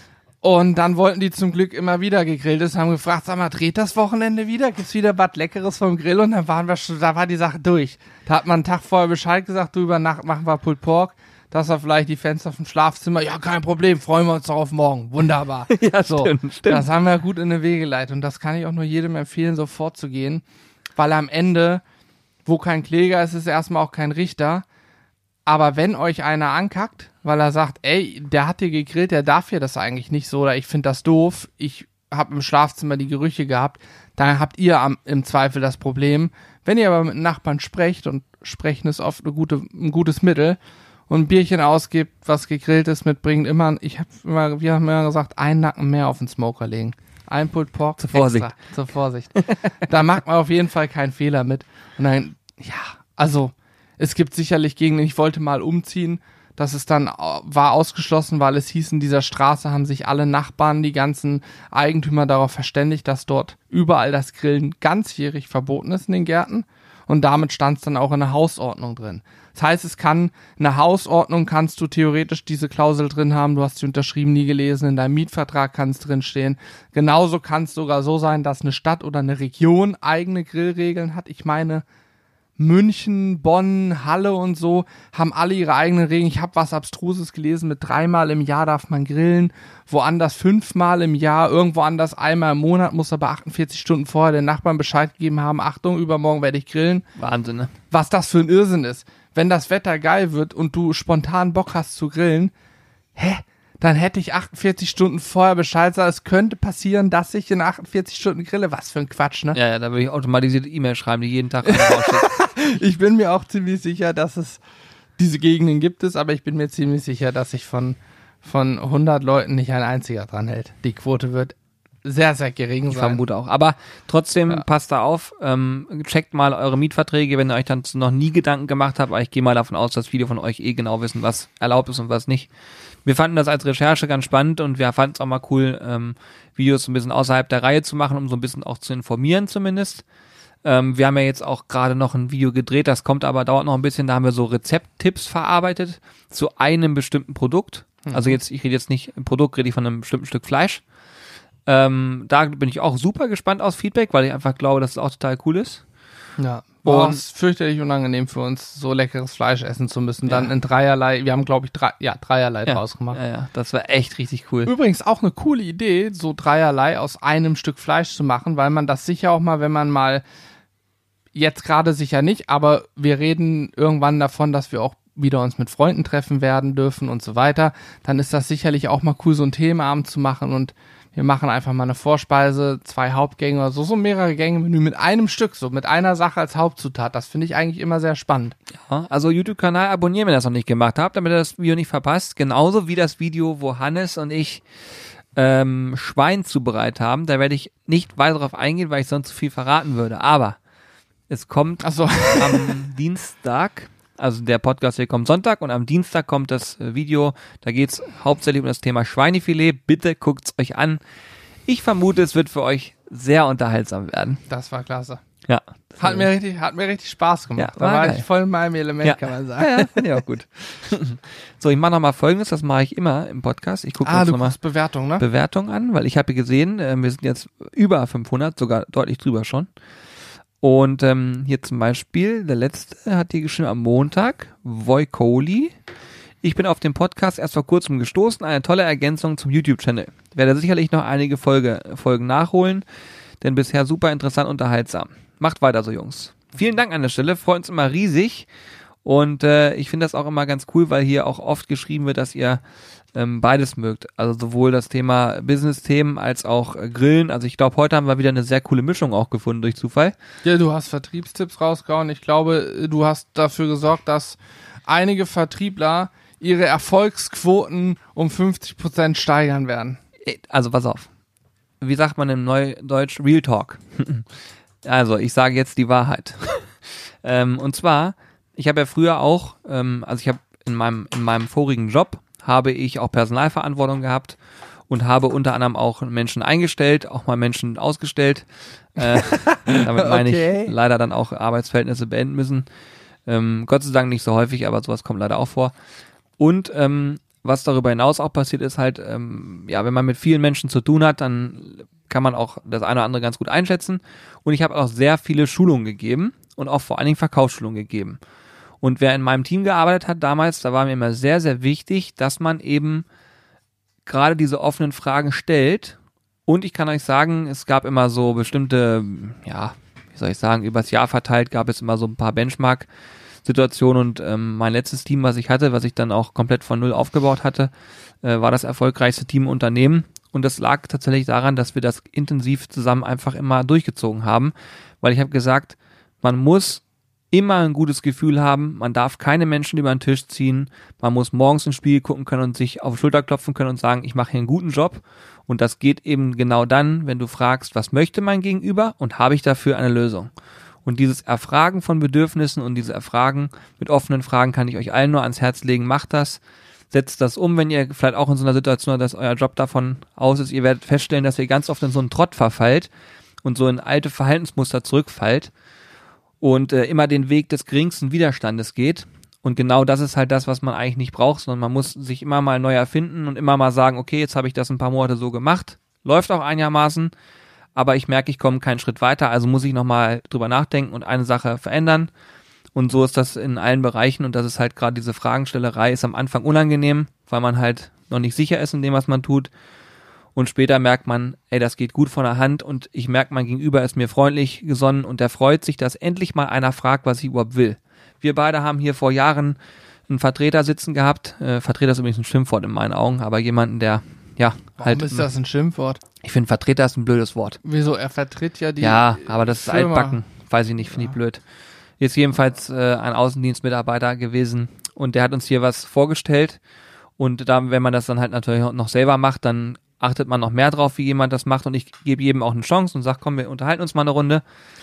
Speaker 1: Und dann wollten die zum Glück immer wieder Gegrilltes, haben gefragt, sag mal, dreht das Wochenende wieder? Gibt's wieder was Leckeres vom Grill? Und dann da war die Sache durch. Da hat man einen Tag vorher Bescheid gesagt, du, über Nacht machen wir Pulled Pork. Das war vielleicht die Fenster vom Schlafzimmer. Ja, kein Problem, freuen wir uns darauf morgen. Wunderbar.
Speaker 2: Ja,
Speaker 1: so,
Speaker 2: stimmt.
Speaker 1: Das haben wir gut in den Wege geleitet. Und das kann ich auch nur jedem empfehlen, so vorzugehen. Weil am Ende, wo kein Kläger ist, ist erstmal auch kein Richter. Aber wenn euch einer ankackt, weil er sagt, ey, der hat hier gegrillt, der darf hier das eigentlich nicht so, oder ich finde das doof, ich habe im Schlafzimmer die Gerüche gehabt, dann habt ihr im Zweifel das Problem. Wenn ihr aber mit Nachbarn sprecht, und sprechen ist oft ein gutes Mittel, und ein Bierchen ausgibt, was gegrilltes mitbringt, wir haben immer gesagt, einen Nacken mehr auf den Smoker legen. Ein Pulled Pork
Speaker 2: zur Vorsicht.
Speaker 1: Extra, zur Vorsicht. Da macht man auf jeden Fall keinen Fehler mit. Und dann, ja, also es gibt sicherlich Gegenden, ich wollte mal umziehen, das ist dann, war ausgeschlossen, weil es hieß, in dieser Straße haben sich alle Nachbarn, die ganzen Eigentümer darauf verständigt, dass dort überall das Grillen ganzjährig verboten ist in den Gärten. Und damit stand es dann auch in der Hausordnung drin. Das heißt, in der Hausordnung kannst du theoretisch diese Klausel drin haben, du hast sie unterschrieben, nie gelesen, in deinem Mietvertrag kann es drin stehen. Genauso kann es sogar so sein, dass eine Stadt oder eine Region eigene Grillregeln hat. Ich meine, München, Bonn, Halle und so haben alle ihre eigenen Regeln. Ich habe was Abstruses gelesen, mit 3-mal im Jahr darf man grillen, woanders 5-mal im Jahr, irgendwo anders einmal im Monat, muss aber 48 Stunden vorher den Nachbarn Bescheid gegeben haben, Achtung, übermorgen werde ich grillen.
Speaker 2: Wahnsinn, ne?
Speaker 1: Was das für ein Irrsinn ist. Wenn das Wetter geil wird und du spontan Bock hast zu grillen, dann hätte ich 48 Stunden vorher Bescheid sagen, es könnte passieren, dass ich in 48 Stunden grille. Was für ein Quatsch, ne?
Speaker 2: Ja, da würde ich automatisierte E-Mail schreiben, die jeden Tag rausschickt.
Speaker 1: Ich bin mir auch ziemlich sicher, dass es diese Gegenden gibt es, aber ich bin mir ziemlich sicher, dass sich von 100 Leuten nicht ein einziger dran hält. Die Quote wird sehr, sehr gering sein.
Speaker 2: Ich vermute auch. Aber trotzdem, passt da auf, checkt mal eure Mietverträge, wenn ihr euch dann noch nie Gedanken gemacht habt, aber ich gehe mal davon aus, dass viele von euch genau wissen, was erlaubt ist und was nicht. Wir fanden das als Recherche ganz spannend und wir fanden es auch mal cool, Videos ein bisschen außerhalb der Reihe zu machen, um so ein bisschen auch zu informieren zumindest. Wir haben ja jetzt auch gerade noch ein Video gedreht, das kommt aber, dauert noch ein bisschen, da haben wir so Rezepttipps verarbeitet zu einem bestimmten Produkt. Also ich rede jetzt nicht im Produkt, rede ich von einem bestimmten Stück Fleisch. Da bin ich auch super gespannt aufs Feedback, weil ich einfach glaube, dass es auch total cool ist.
Speaker 1: Ja, und es ist fürchterlich unangenehm für uns, so leckeres Fleisch essen zu müssen. Dann in dreierlei, wir haben glaube ich dreierlei draus gemacht.
Speaker 2: Ja, das war echt richtig cool.
Speaker 1: Übrigens auch eine coole Idee, so dreierlei aus einem Stück Fleisch zu machen, weil man das sicher auch mal, wenn man mal, jetzt gerade sicher nicht, aber wir reden irgendwann davon, dass wir auch wieder uns mit Freunden treffen werden dürfen und so weiter, dann ist das sicherlich auch mal cool, so einen Themenabend zu machen und wir machen einfach mal eine Vorspeise, 2 Hauptgänge oder so mehrere Gänge-Menü mit einem Stück, so mit einer Sache als Hauptzutat. Das finde ich eigentlich immer sehr spannend.
Speaker 2: Ja, also YouTube-Kanal abonnieren, wenn ihr das noch nicht gemacht habt, damit ihr das Video nicht verpasst. Genauso wie das Video, wo Hannes und ich Schwein zubereitet haben. Da werde ich nicht weiter darauf eingehen, weil ich sonst zu viel verraten würde. Aber es kommt am Dienstag. Also der Podcast hier kommt Sonntag und am Dienstag kommt das Video, da geht's hauptsächlich um das Thema Schweinefilet. Bitte guckt's euch an. Ich vermute, es wird für euch sehr unterhaltsam werden.
Speaker 1: Das war klasse.
Speaker 2: Ja.
Speaker 1: Hat mir richtig Spaß gemacht.
Speaker 2: Ja,
Speaker 1: da war
Speaker 2: geil.
Speaker 1: ich voll in meinem Element, kann man sagen.
Speaker 2: Ja, finde ich auch gut. So, ich mache nochmal Folgendes, das mache ich immer im Podcast. Ich gucke jetzt nochmal
Speaker 1: Bewertung, ne?
Speaker 2: Bewertung an, weil ich habe gesehen, wir sind jetzt über 500, sogar deutlich drüber schon. Und hier zum Beispiel, der letzte hat hier geschrieben am Montag, Voikoli. Ich bin auf den Podcast erst vor kurzem gestoßen, eine tolle Ergänzung zum YouTube-Channel. Werde sicherlich noch einige Folgen nachholen, denn bisher super interessant, unterhaltsam. Macht weiter so, Jungs. Vielen Dank an der Stelle, freut uns immer riesig. Und ich finde das auch immer ganz cool, weil hier auch oft geschrieben wird, dass ihr beides mögt. Also sowohl das Thema Business-Themen als auch Grillen. Also ich glaube, heute haben wir wieder eine sehr coole Mischung auch gefunden durch Zufall.
Speaker 1: Ja, du hast Vertriebstipps rausgehauen. Ich glaube, du hast dafür gesorgt, dass einige Vertriebler ihre Erfolgsquoten um 50% steigern werden.
Speaker 2: Also pass auf. Wie sagt man im Neudeutsch? Real Talk. Also ich sage jetzt die Wahrheit. Und zwar, ich habe ja früher auch, also ich habe in meinem vorigen Job habe ich auch Personalverantwortung gehabt und habe unter anderem auch Menschen eingestellt, auch mal Menschen ausgestellt. Damit meine ich leider dann auch Arbeitsverhältnisse beenden müssen. Gott sei Dank nicht so häufig, aber sowas kommt leider auch vor. Und was darüber hinaus auch passiert ist halt, wenn man mit vielen Menschen zu tun hat, dann kann man auch das eine oder andere ganz gut einschätzen. Und ich habe auch sehr viele Schulungen gegeben und auch vor allen Dingen Verkaufsschulungen gegeben. Und wer in meinem Team gearbeitet hat damals, da war mir immer sehr, sehr wichtig, dass man eben gerade diese offenen Fragen stellt. Und ich kann euch sagen, es gab immer so bestimmte, übers Jahr verteilt gab es immer so ein paar Benchmark-Situationen. Und mein letztes Team, was ich hatte, was ich dann auch komplett von null aufgebaut hatte, war das erfolgreichste Team im Unternehmen. Und das lag tatsächlich daran, dass wir das intensiv zusammen einfach immer durchgezogen haben. Weil ich habe gesagt, man muss immer ein gutes Gefühl haben, man darf keine Menschen über den Tisch ziehen, man muss morgens ins Spiel gucken können und sich auf die Schulter klopfen können und sagen, ich mache hier einen guten Job. Und das geht eben genau dann, wenn du fragst, was möchte mein Gegenüber und habe ich dafür eine Lösung. Und dieses Erfragen von Bedürfnissen und diese Erfragen mit offenen Fragen kann ich euch allen nur ans Herz legen. Macht das, setzt das um, wenn ihr vielleicht auch in so einer Situation seid, dass euer Job davon aus ist. Ihr werdet feststellen, dass ihr ganz oft in so einen Trott verfallt und so in alte Verhaltensmuster zurückfallt und immer den Weg des geringsten Widerstandes geht. Und genau das ist halt das, was man eigentlich nicht braucht, sondern man muss sich immer mal neu erfinden und immer mal sagen, okay, jetzt habe ich das ein paar Monate so gemacht, läuft auch einigermaßen, aber ich merke, ich komme keinen Schritt weiter, also muss ich nochmal drüber nachdenken und eine Sache verändern. Und so ist das in allen Bereichen und das ist halt gerade diese Fragenstellerei ist am Anfang unangenehm, weil man halt noch nicht sicher ist in dem, was man tut. Und später merkt man, ey, das geht gut von der Hand und ich merke, mein Gegenüber ist mir freundlich gesonnen und der freut sich, dass endlich mal einer fragt, was ich überhaupt will. Wir beide haben hier vor Jahren einen Vertreter sitzen gehabt. Vertreter ist übrigens ein Schimpfwort in meinen Augen, aber jemanden, der, ja,
Speaker 1: Warum ist das ein Schimpfwort?
Speaker 2: Ich finde, Vertreter ist ein blödes Wort.
Speaker 1: Wieso? Er vertritt ja die
Speaker 2: Ja, aber das ist
Speaker 1: Firma.
Speaker 2: altbacken. Weiß ich nicht, finde ich blöd. Ist jedenfalls ein Außendienstmitarbeiter gewesen und der hat uns hier was vorgestellt und da, wenn man das dann halt natürlich noch selber macht, dann achtet man noch mehr drauf, wie jemand das macht und ich gebe jedem auch eine Chance und sage, komm, wir unterhalten uns mal eine Runde.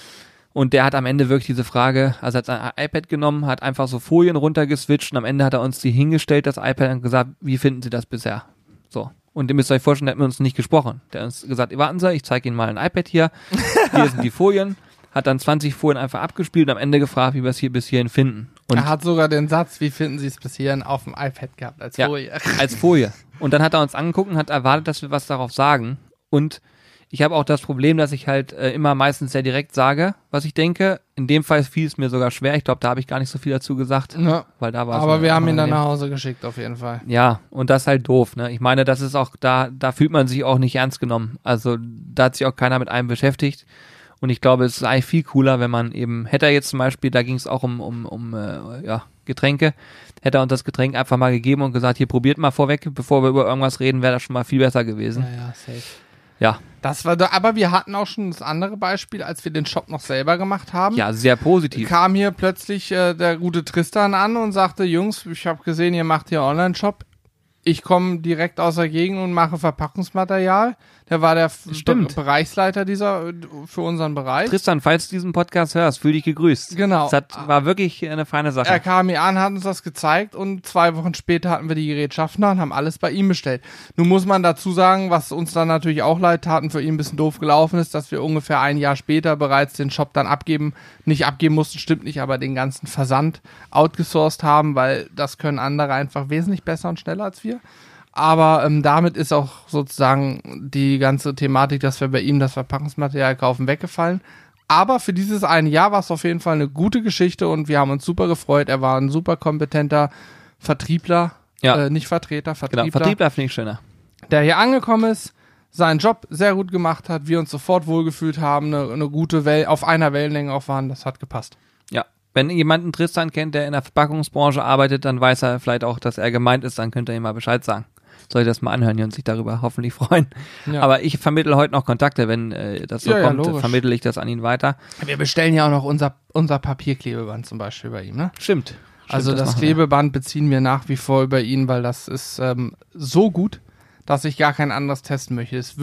Speaker 2: Und der hat am Ende wirklich diese Frage, also hat sein iPad genommen, hat einfach so Folien runtergeswitcht und am Ende hat er uns die hingestellt, das iPad, und gesagt, wie finden Sie das bisher? So. Und ihr müsst euch vorstellen, der hat mit uns nicht gesprochen. Der hat uns gesagt, warten Sie, ich zeige Ihnen mal ein iPad hier. Hier sind die Folien. Hat dann 20 Folien einfach abgespielt und am Ende gefragt, wie wir es hier bis hierhin finden. Und
Speaker 1: er hat sogar den Satz, wie finden Sie es bis hierhin, auf dem iPad gehabt, als Folie.
Speaker 2: Als Folie. Und dann hat er uns angeguckt und hat erwartet, dass wir was darauf sagen. Und ich habe auch das Problem, dass ich halt immer meistens sehr direkt sage, was ich denke. In dem Fall fiel es mir sogar schwer. Ich glaube, da habe ich gar nicht so viel dazu gesagt.
Speaker 1: Ja.
Speaker 2: Weil da war
Speaker 1: Aber wir haben ihn dann nach Hause geschickt, auf jeden Fall.
Speaker 2: Ja, und das ist halt doof, ne? Ich meine, das ist auch, da fühlt man sich auch nicht ernst genommen. Also da hat sich auch keiner mit einem beschäftigt. Und ich glaube, es ist eigentlich viel cooler, wenn man eben, hätte er jetzt zum Beispiel, da ging es auch um Getränke, hätte er uns das Getränk einfach mal gegeben und gesagt, hier probiert mal vorweg, bevor wir über irgendwas reden, wäre das schon mal viel besser gewesen.
Speaker 1: Ja, safe.
Speaker 2: Ja.
Speaker 1: Das war aber wir hatten auch schon das andere Beispiel, als wir den Shop noch selber gemacht haben.
Speaker 2: Ja, sehr positiv.
Speaker 1: Kam hier plötzlich der gute Tristan an und sagte, Jungs, ich habe gesehen, ihr macht hier Online-Shop. Ich komme direkt aus der Gegend und mache Verpackungsmaterial. Der war der Bereichsleiter für unseren Bereich.
Speaker 2: Tristan, falls du diesen Podcast hörst, fühl dich gegrüßt.
Speaker 1: Genau.
Speaker 2: Das war wirklich eine feine Sache.
Speaker 1: Er kam hier an, hat uns das gezeigt und 2 Wochen später hatten wir die Gerätschaften da und haben alles bei ihm bestellt. Nun muss man dazu sagen, was uns dann natürlich auch leid taten, für ihn ein bisschen doof gelaufen ist, dass wir ungefähr ein Jahr später bereits den Shop dann nicht abgeben mussten, stimmt nicht, aber den ganzen Versand outgesourced haben, weil das können andere einfach wesentlich besser und schneller als wir. Aber damit ist auch sozusagen die ganze Thematik, dass wir bei ihm das Verpackungsmaterial kaufen, weggefallen. Aber für dieses eine Jahr war es auf jeden Fall eine gute Geschichte und wir haben uns super gefreut. Er war ein super kompetenter Vertriebler, nicht Vertreter, Vertriebler.
Speaker 2: Genau, Vertriebler finde ich schöner.
Speaker 1: Der hier angekommen ist, seinen Job sehr gut gemacht hat, wir uns sofort wohlgefühlt haben, eine gute Welle, auf einer Wellenlänge auch waren, das hat gepasst.
Speaker 2: Ja. Wenn jemand einen Tristan kennt, der in der Verpackungsbranche arbeitet, dann weiß er vielleicht auch, dass er gemeint ist, dann könnt ihr ihm mal Bescheid sagen. Soll ich das mal anhören und sich darüber hoffentlich freuen. Ja. Aber ich vermittle heute noch Kontakte, wenn das so kommt, vermittle ich das an ihn weiter.
Speaker 1: Wir bestellen ja auch noch unser Papierklebeband zum Beispiel bei ihm, ne?
Speaker 2: Stimmt.
Speaker 1: Also das Klebeband beziehen wir nach wie vor über ihn, weil das ist so gut, dass ich gar kein anderes testen möchte. Es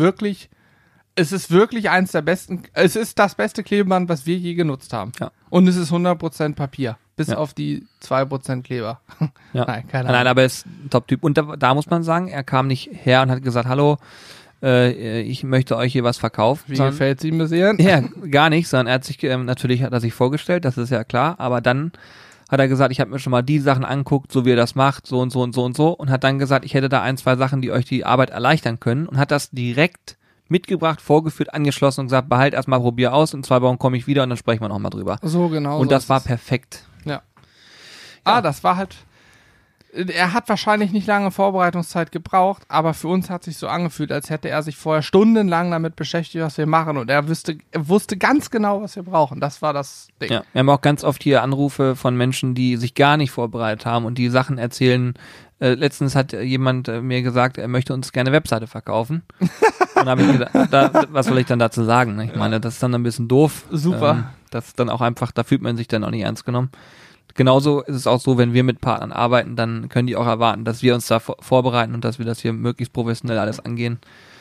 Speaker 1: ist wirklich eins der besten, es ist das beste Klebeband, was wir je genutzt haben. Ja. Und es ist 100% Papier. Bis auf die 2% Kleber.
Speaker 2: Ja. Nein, keine Ahnung. Nein, aber er ist ein Top-Typ. Und da muss man sagen, er kam nicht her und hat gesagt, hallo, ich möchte euch hier was verkaufen.
Speaker 1: Wie gefällt es ihm bisher?
Speaker 2: Ja, gar nicht, sondern er hat sich, natürlich hat er sich vorgestellt, das ist ja klar, aber dann hat er gesagt, ich habe mir schon mal die Sachen angeguckt, so wie er das macht, so und so und so und so und hat dann gesagt, ich hätte da 1, 2 Sachen, die euch die Arbeit erleichtern können und hat das direkt mitgebracht, vorgeführt, angeschlossen und gesagt, behalt erstmal, probier aus, in 2 Wochen komme ich wieder und dann sprechen wir nochmal drüber.
Speaker 1: So genau.
Speaker 2: Und das war perfekt.
Speaker 1: Ja. Das war halt, er hat wahrscheinlich nicht lange Vorbereitungszeit gebraucht, aber für uns hat sich so angefühlt, als hätte er sich vorher stundenlang damit beschäftigt, was wir machen und er wusste ganz genau, was wir brauchen. Das war das Ding.
Speaker 2: Ja, wir haben auch ganz oft hier Anrufe von Menschen, die sich gar nicht vorbereitet haben und die Sachen erzählen. Letztens hat jemand mir gesagt, er möchte uns gerne Webseite verkaufen. dann habe ich gedacht, was soll ich dann dazu sagen? Ich meine, das ist dann ein bisschen doof.
Speaker 1: Super.
Speaker 2: Das ist dann auch einfach, da fühlt man sich dann auch nicht ernst genommen. Genauso ist es auch so, wenn wir mit Partnern arbeiten, dann können die auch erwarten, dass wir uns da vorbereiten und dass wir das hier möglichst professionell alles angehen.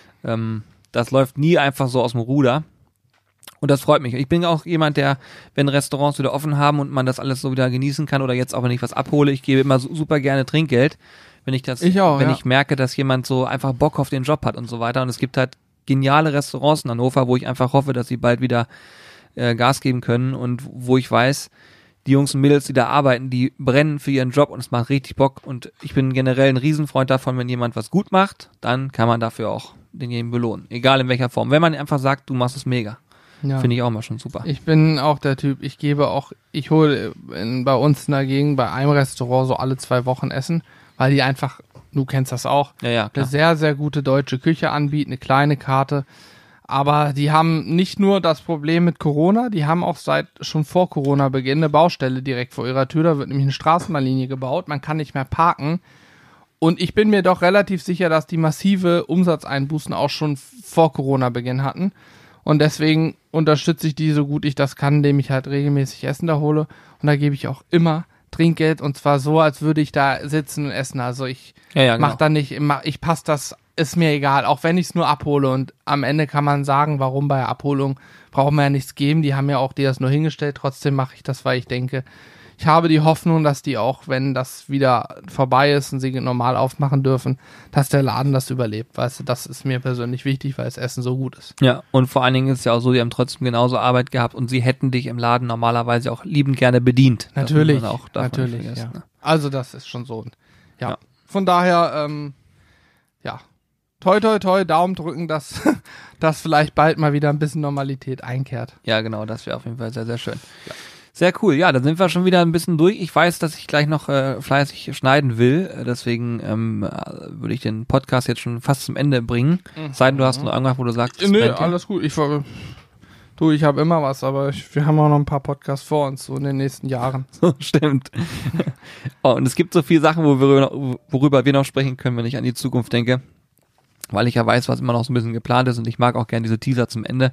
Speaker 2: Das läuft nie einfach so aus dem Ruder. Und das freut mich. Ich bin auch jemand, der, wenn Restaurants wieder offen haben und man das alles so wieder genießen kann oder jetzt auch, wenn ich was abhole, ich gebe immer super gerne Trinkgeld, wenn ich merke, dass jemand so einfach Bock auf den Job hat und so weiter. Und es gibt halt geniale Restaurants in Hannover, wo ich einfach hoffe, dass sie bald wieder Gas geben können und wo ich weiß, die Jungs und Mädels, die da arbeiten, die brennen für ihren Job und es macht richtig Bock. Und ich bin generell ein Riesenfreund davon, wenn jemand was gut macht, dann kann man dafür auch denjenigen belohnen. Egal in welcher Form. Wenn man einfach sagt, du machst es mega. Ja. Finde ich auch mal schon super.
Speaker 1: Ich bin auch der Typ, ich hole bei uns in der Gegend bei einem Restaurant so alle 2 Wochen Essen, weil die einfach, du kennst das auch,
Speaker 2: klar.
Speaker 1: Eine sehr, sehr gute deutsche Küche anbieten, eine kleine Karte. Aber die haben nicht nur das Problem mit Corona, die haben auch schon vor Corona-Beginn eine Baustelle direkt vor ihrer Tür. Da wird nämlich eine Straßenbahnlinie gebaut, man kann nicht mehr parken. Und ich bin mir doch relativ sicher, dass die massive Umsatzeinbußen auch schon vor Corona-Beginn hatten. Und deswegen unterstütze ich die so gut ich das kann, indem ich halt regelmäßig Essen da hole. Und da gebe ich auch immer Trinkgeld und zwar so, als würde ich da sitzen und essen. Also ich mach da nicht, ich passe das, ist mir egal, auch wenn ich es nur abhole. Und am Ende kann man sagen, warum bei der Abholung brauchen wir ja nichts geben. Die haben ja auch das nur hingestellt. Trotzdem mache ich das, weil ich denke, ich habe die Hoffnung, dass die auch, wenn das wieder vorbei ist und sie normal aufmachen dürfen, dass der Laden das überlebt. Weißt du, das ist mir persönlich wichtig, weil das Essen so gut ist.
Speaker 2: Ja, und vor allen Dingen ist es ja auch so, die haben trotzdem genauso Arbeit gehabt und sie hätten dich im Laden normalerweise auch liebend gerne bedient.
Speaker 1: Natürlich,
Speaker 2: natürlich.
Speaker 1: Ja. Ne? Also das ist schon so. Ja. Von daher, toi, toi, toi, Daumen drücken, dass vielleicht bald mal wieder ein bisschen Normalität einkehrt.
Speaker 2: Ja, genau, das wäre auf jeden Fall sehr, sehr schön. Ja. Sehr cool. Ja, dann sind wir schon wieder ein bisschen durch. Ich weiß, dass ich gleich noch fleißig schneiden will. Deswegen würde ich den Podcast jetzt schon fast zum Ende bringen. Sei denn, du hast noch irgendwas, wo du sagst,
Speaker 1: nee, alles gut. Ich habe immer was, aber wir haben auch noch ein paar Podcasts vor uns, so in den nächsten Jahren.
Speaker 2: So, stimmt. Und es gibt so viele Sachen, worüber wir noch sprechen können, wenn ich an die Zukunft denke. Weil ich ja weiß, was immer noch so ein bisschen geplant ist und ich mag auch gerne diese Teaser zum Ende.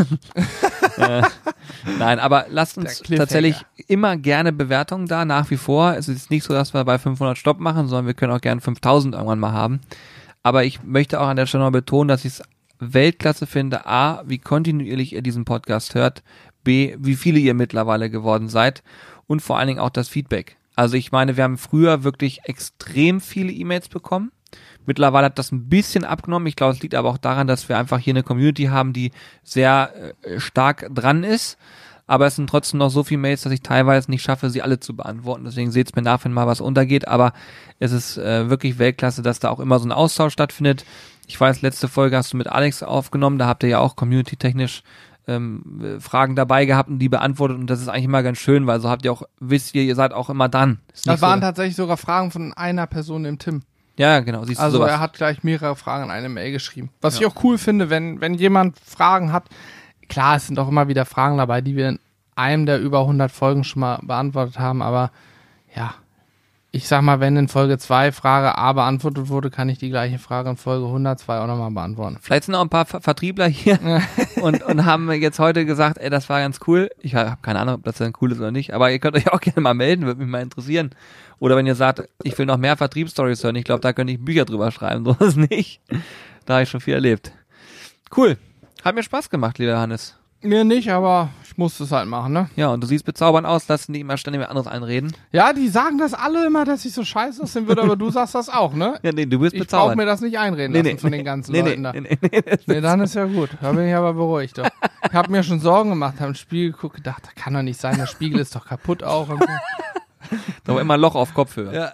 Speaker 2: Nein, aber lasst uns tatsächlich immer gerne Bewertungen da, nach wie vor. Es ist nicht so, dass wir bei 500 Stopp machen, sondern wir können auch gerne 5000 irgendwann mal haben. Aber ich möchte auch an der Stelle noch betonen, dass ich es Weltklasse finde, A, wie kontinuierlich ihr diesen Podcast hört, B, wie viele ihr mittlerweile geworden seid und vor allen Dingen auch das Feedback. Also ich meine, wir haben früher wirklich extrem viele E-Mails bekommen. Mittlerweile hat das ein bisschen abgenommen. Ich glaube, es liegt aber auch daran, dass wir einfach hier eine Community haben, die sehr stark dran ist. Aber es sind trotzdem noch so viele Mails, dass ich teilweise nicht schaffe, sie alle zu beantworten. Deswegen seht es mir nach, wenn mal was untergeht. Aber es ist wirklich Weltklasse, dass da auch immer so ein Austausch stattfindet. Ich weiß, letzte Folge hast du mit Alex aufgenommen. Da habt ihr ja auch community-technisch Fragen dabei gehabt und die beantwortet. Und das ist eigentlich immer ganz schön, weil so habt ihr auch, wisst ihr seid auch immer dran.
Speaker 1: Das waren tatsächlich sogar Fragen von einer Person im Tim.
Speaker 2: Ja, genau. Siehst du
Speaker 1: also
Speaker 2: sowas.
Speaker 1: Er hat gleich mehrere Fragen in eine Mail geschrieben. Was ich auch cool finde, wenn jemand Fragen hat, klar, es sind auch immer wieder Fragen dabei, die wir in einem der über 100 Folgen schon mal beantwortet haben, aber ja, ich sag mal, wenn in Folge 2 Frage A beantwortet wurde, kann ich die gleiche Frage in Folge 102 auch nochmal beantworten.
Speaker 2: Vielleicht sind auch ein paar Vertriebler hier und haben jetzt heute gesagt, ey, das war ganz cool. Ich habe keine Ahnung, ob das dann cool ist oder nicht, aber ihr könnt euch auch gerne mal melden, würde mich mal interessieren. Oder wenn ihr sagt, ich will noch mehr Vertriebsstories hören, ich glaube, da könnte ich Bücher drüber schreiben, so ist nicht. Da habe ich schon viel erlebt. Cool. Hat mir Spaß gemacht, lieber Hannes.
Speaker 1: Mir nicht, aber ich musste es halt machen, ne?
Speaker 2: Ja, und du siehst bezaubernd aus, lassen die immer ständig mit anderes einreden.
Speaker 1: Ja, die sagen das alle immer, dass ich so scheiße aussehen würde, aber du sagst das auch, ne?
Speaker 2: Ja, nee, du bist bezaubernd.
Speaker 1: Ich brauch mir das nicht einreden lassen von den ganzen Leuten da. Nee, dann ist ja gut. Da bin ich aber beruhigt, doch. Ich habe mir schon Sorgen gemacht, habe ins Spiegel geguckt, gedacht, das kann doch nicht sein, der Spiegel ist doch kaputt auch. Und so.
Speaker 2: Da war immer ein Loch auf Kopfhörer.
Speaker 1: Ja.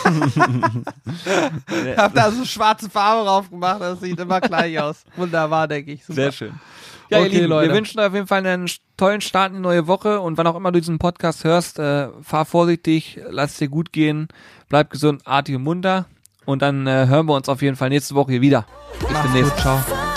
Speaker 1: Ich hab da so schwarze Farbe drauf gemacht, das sieht immer gleich aus. Wunderbar, denke ich. Super.
Speaker 2: Sehr schön. Ja, okay, ihr Lieben, Leute. Wir wünschen euch auf jeden Fall einen tollen Start in die neue Woche und wann auch immer du diesen Podcast hörst, fahr vorsichtig, lass es dir gut gehen, bleib gesund, artig und munter und dann hören wir uns auf jeden Fall nächste Woche hier wieder.
Speaker 1: Bis demnächst. Ciao.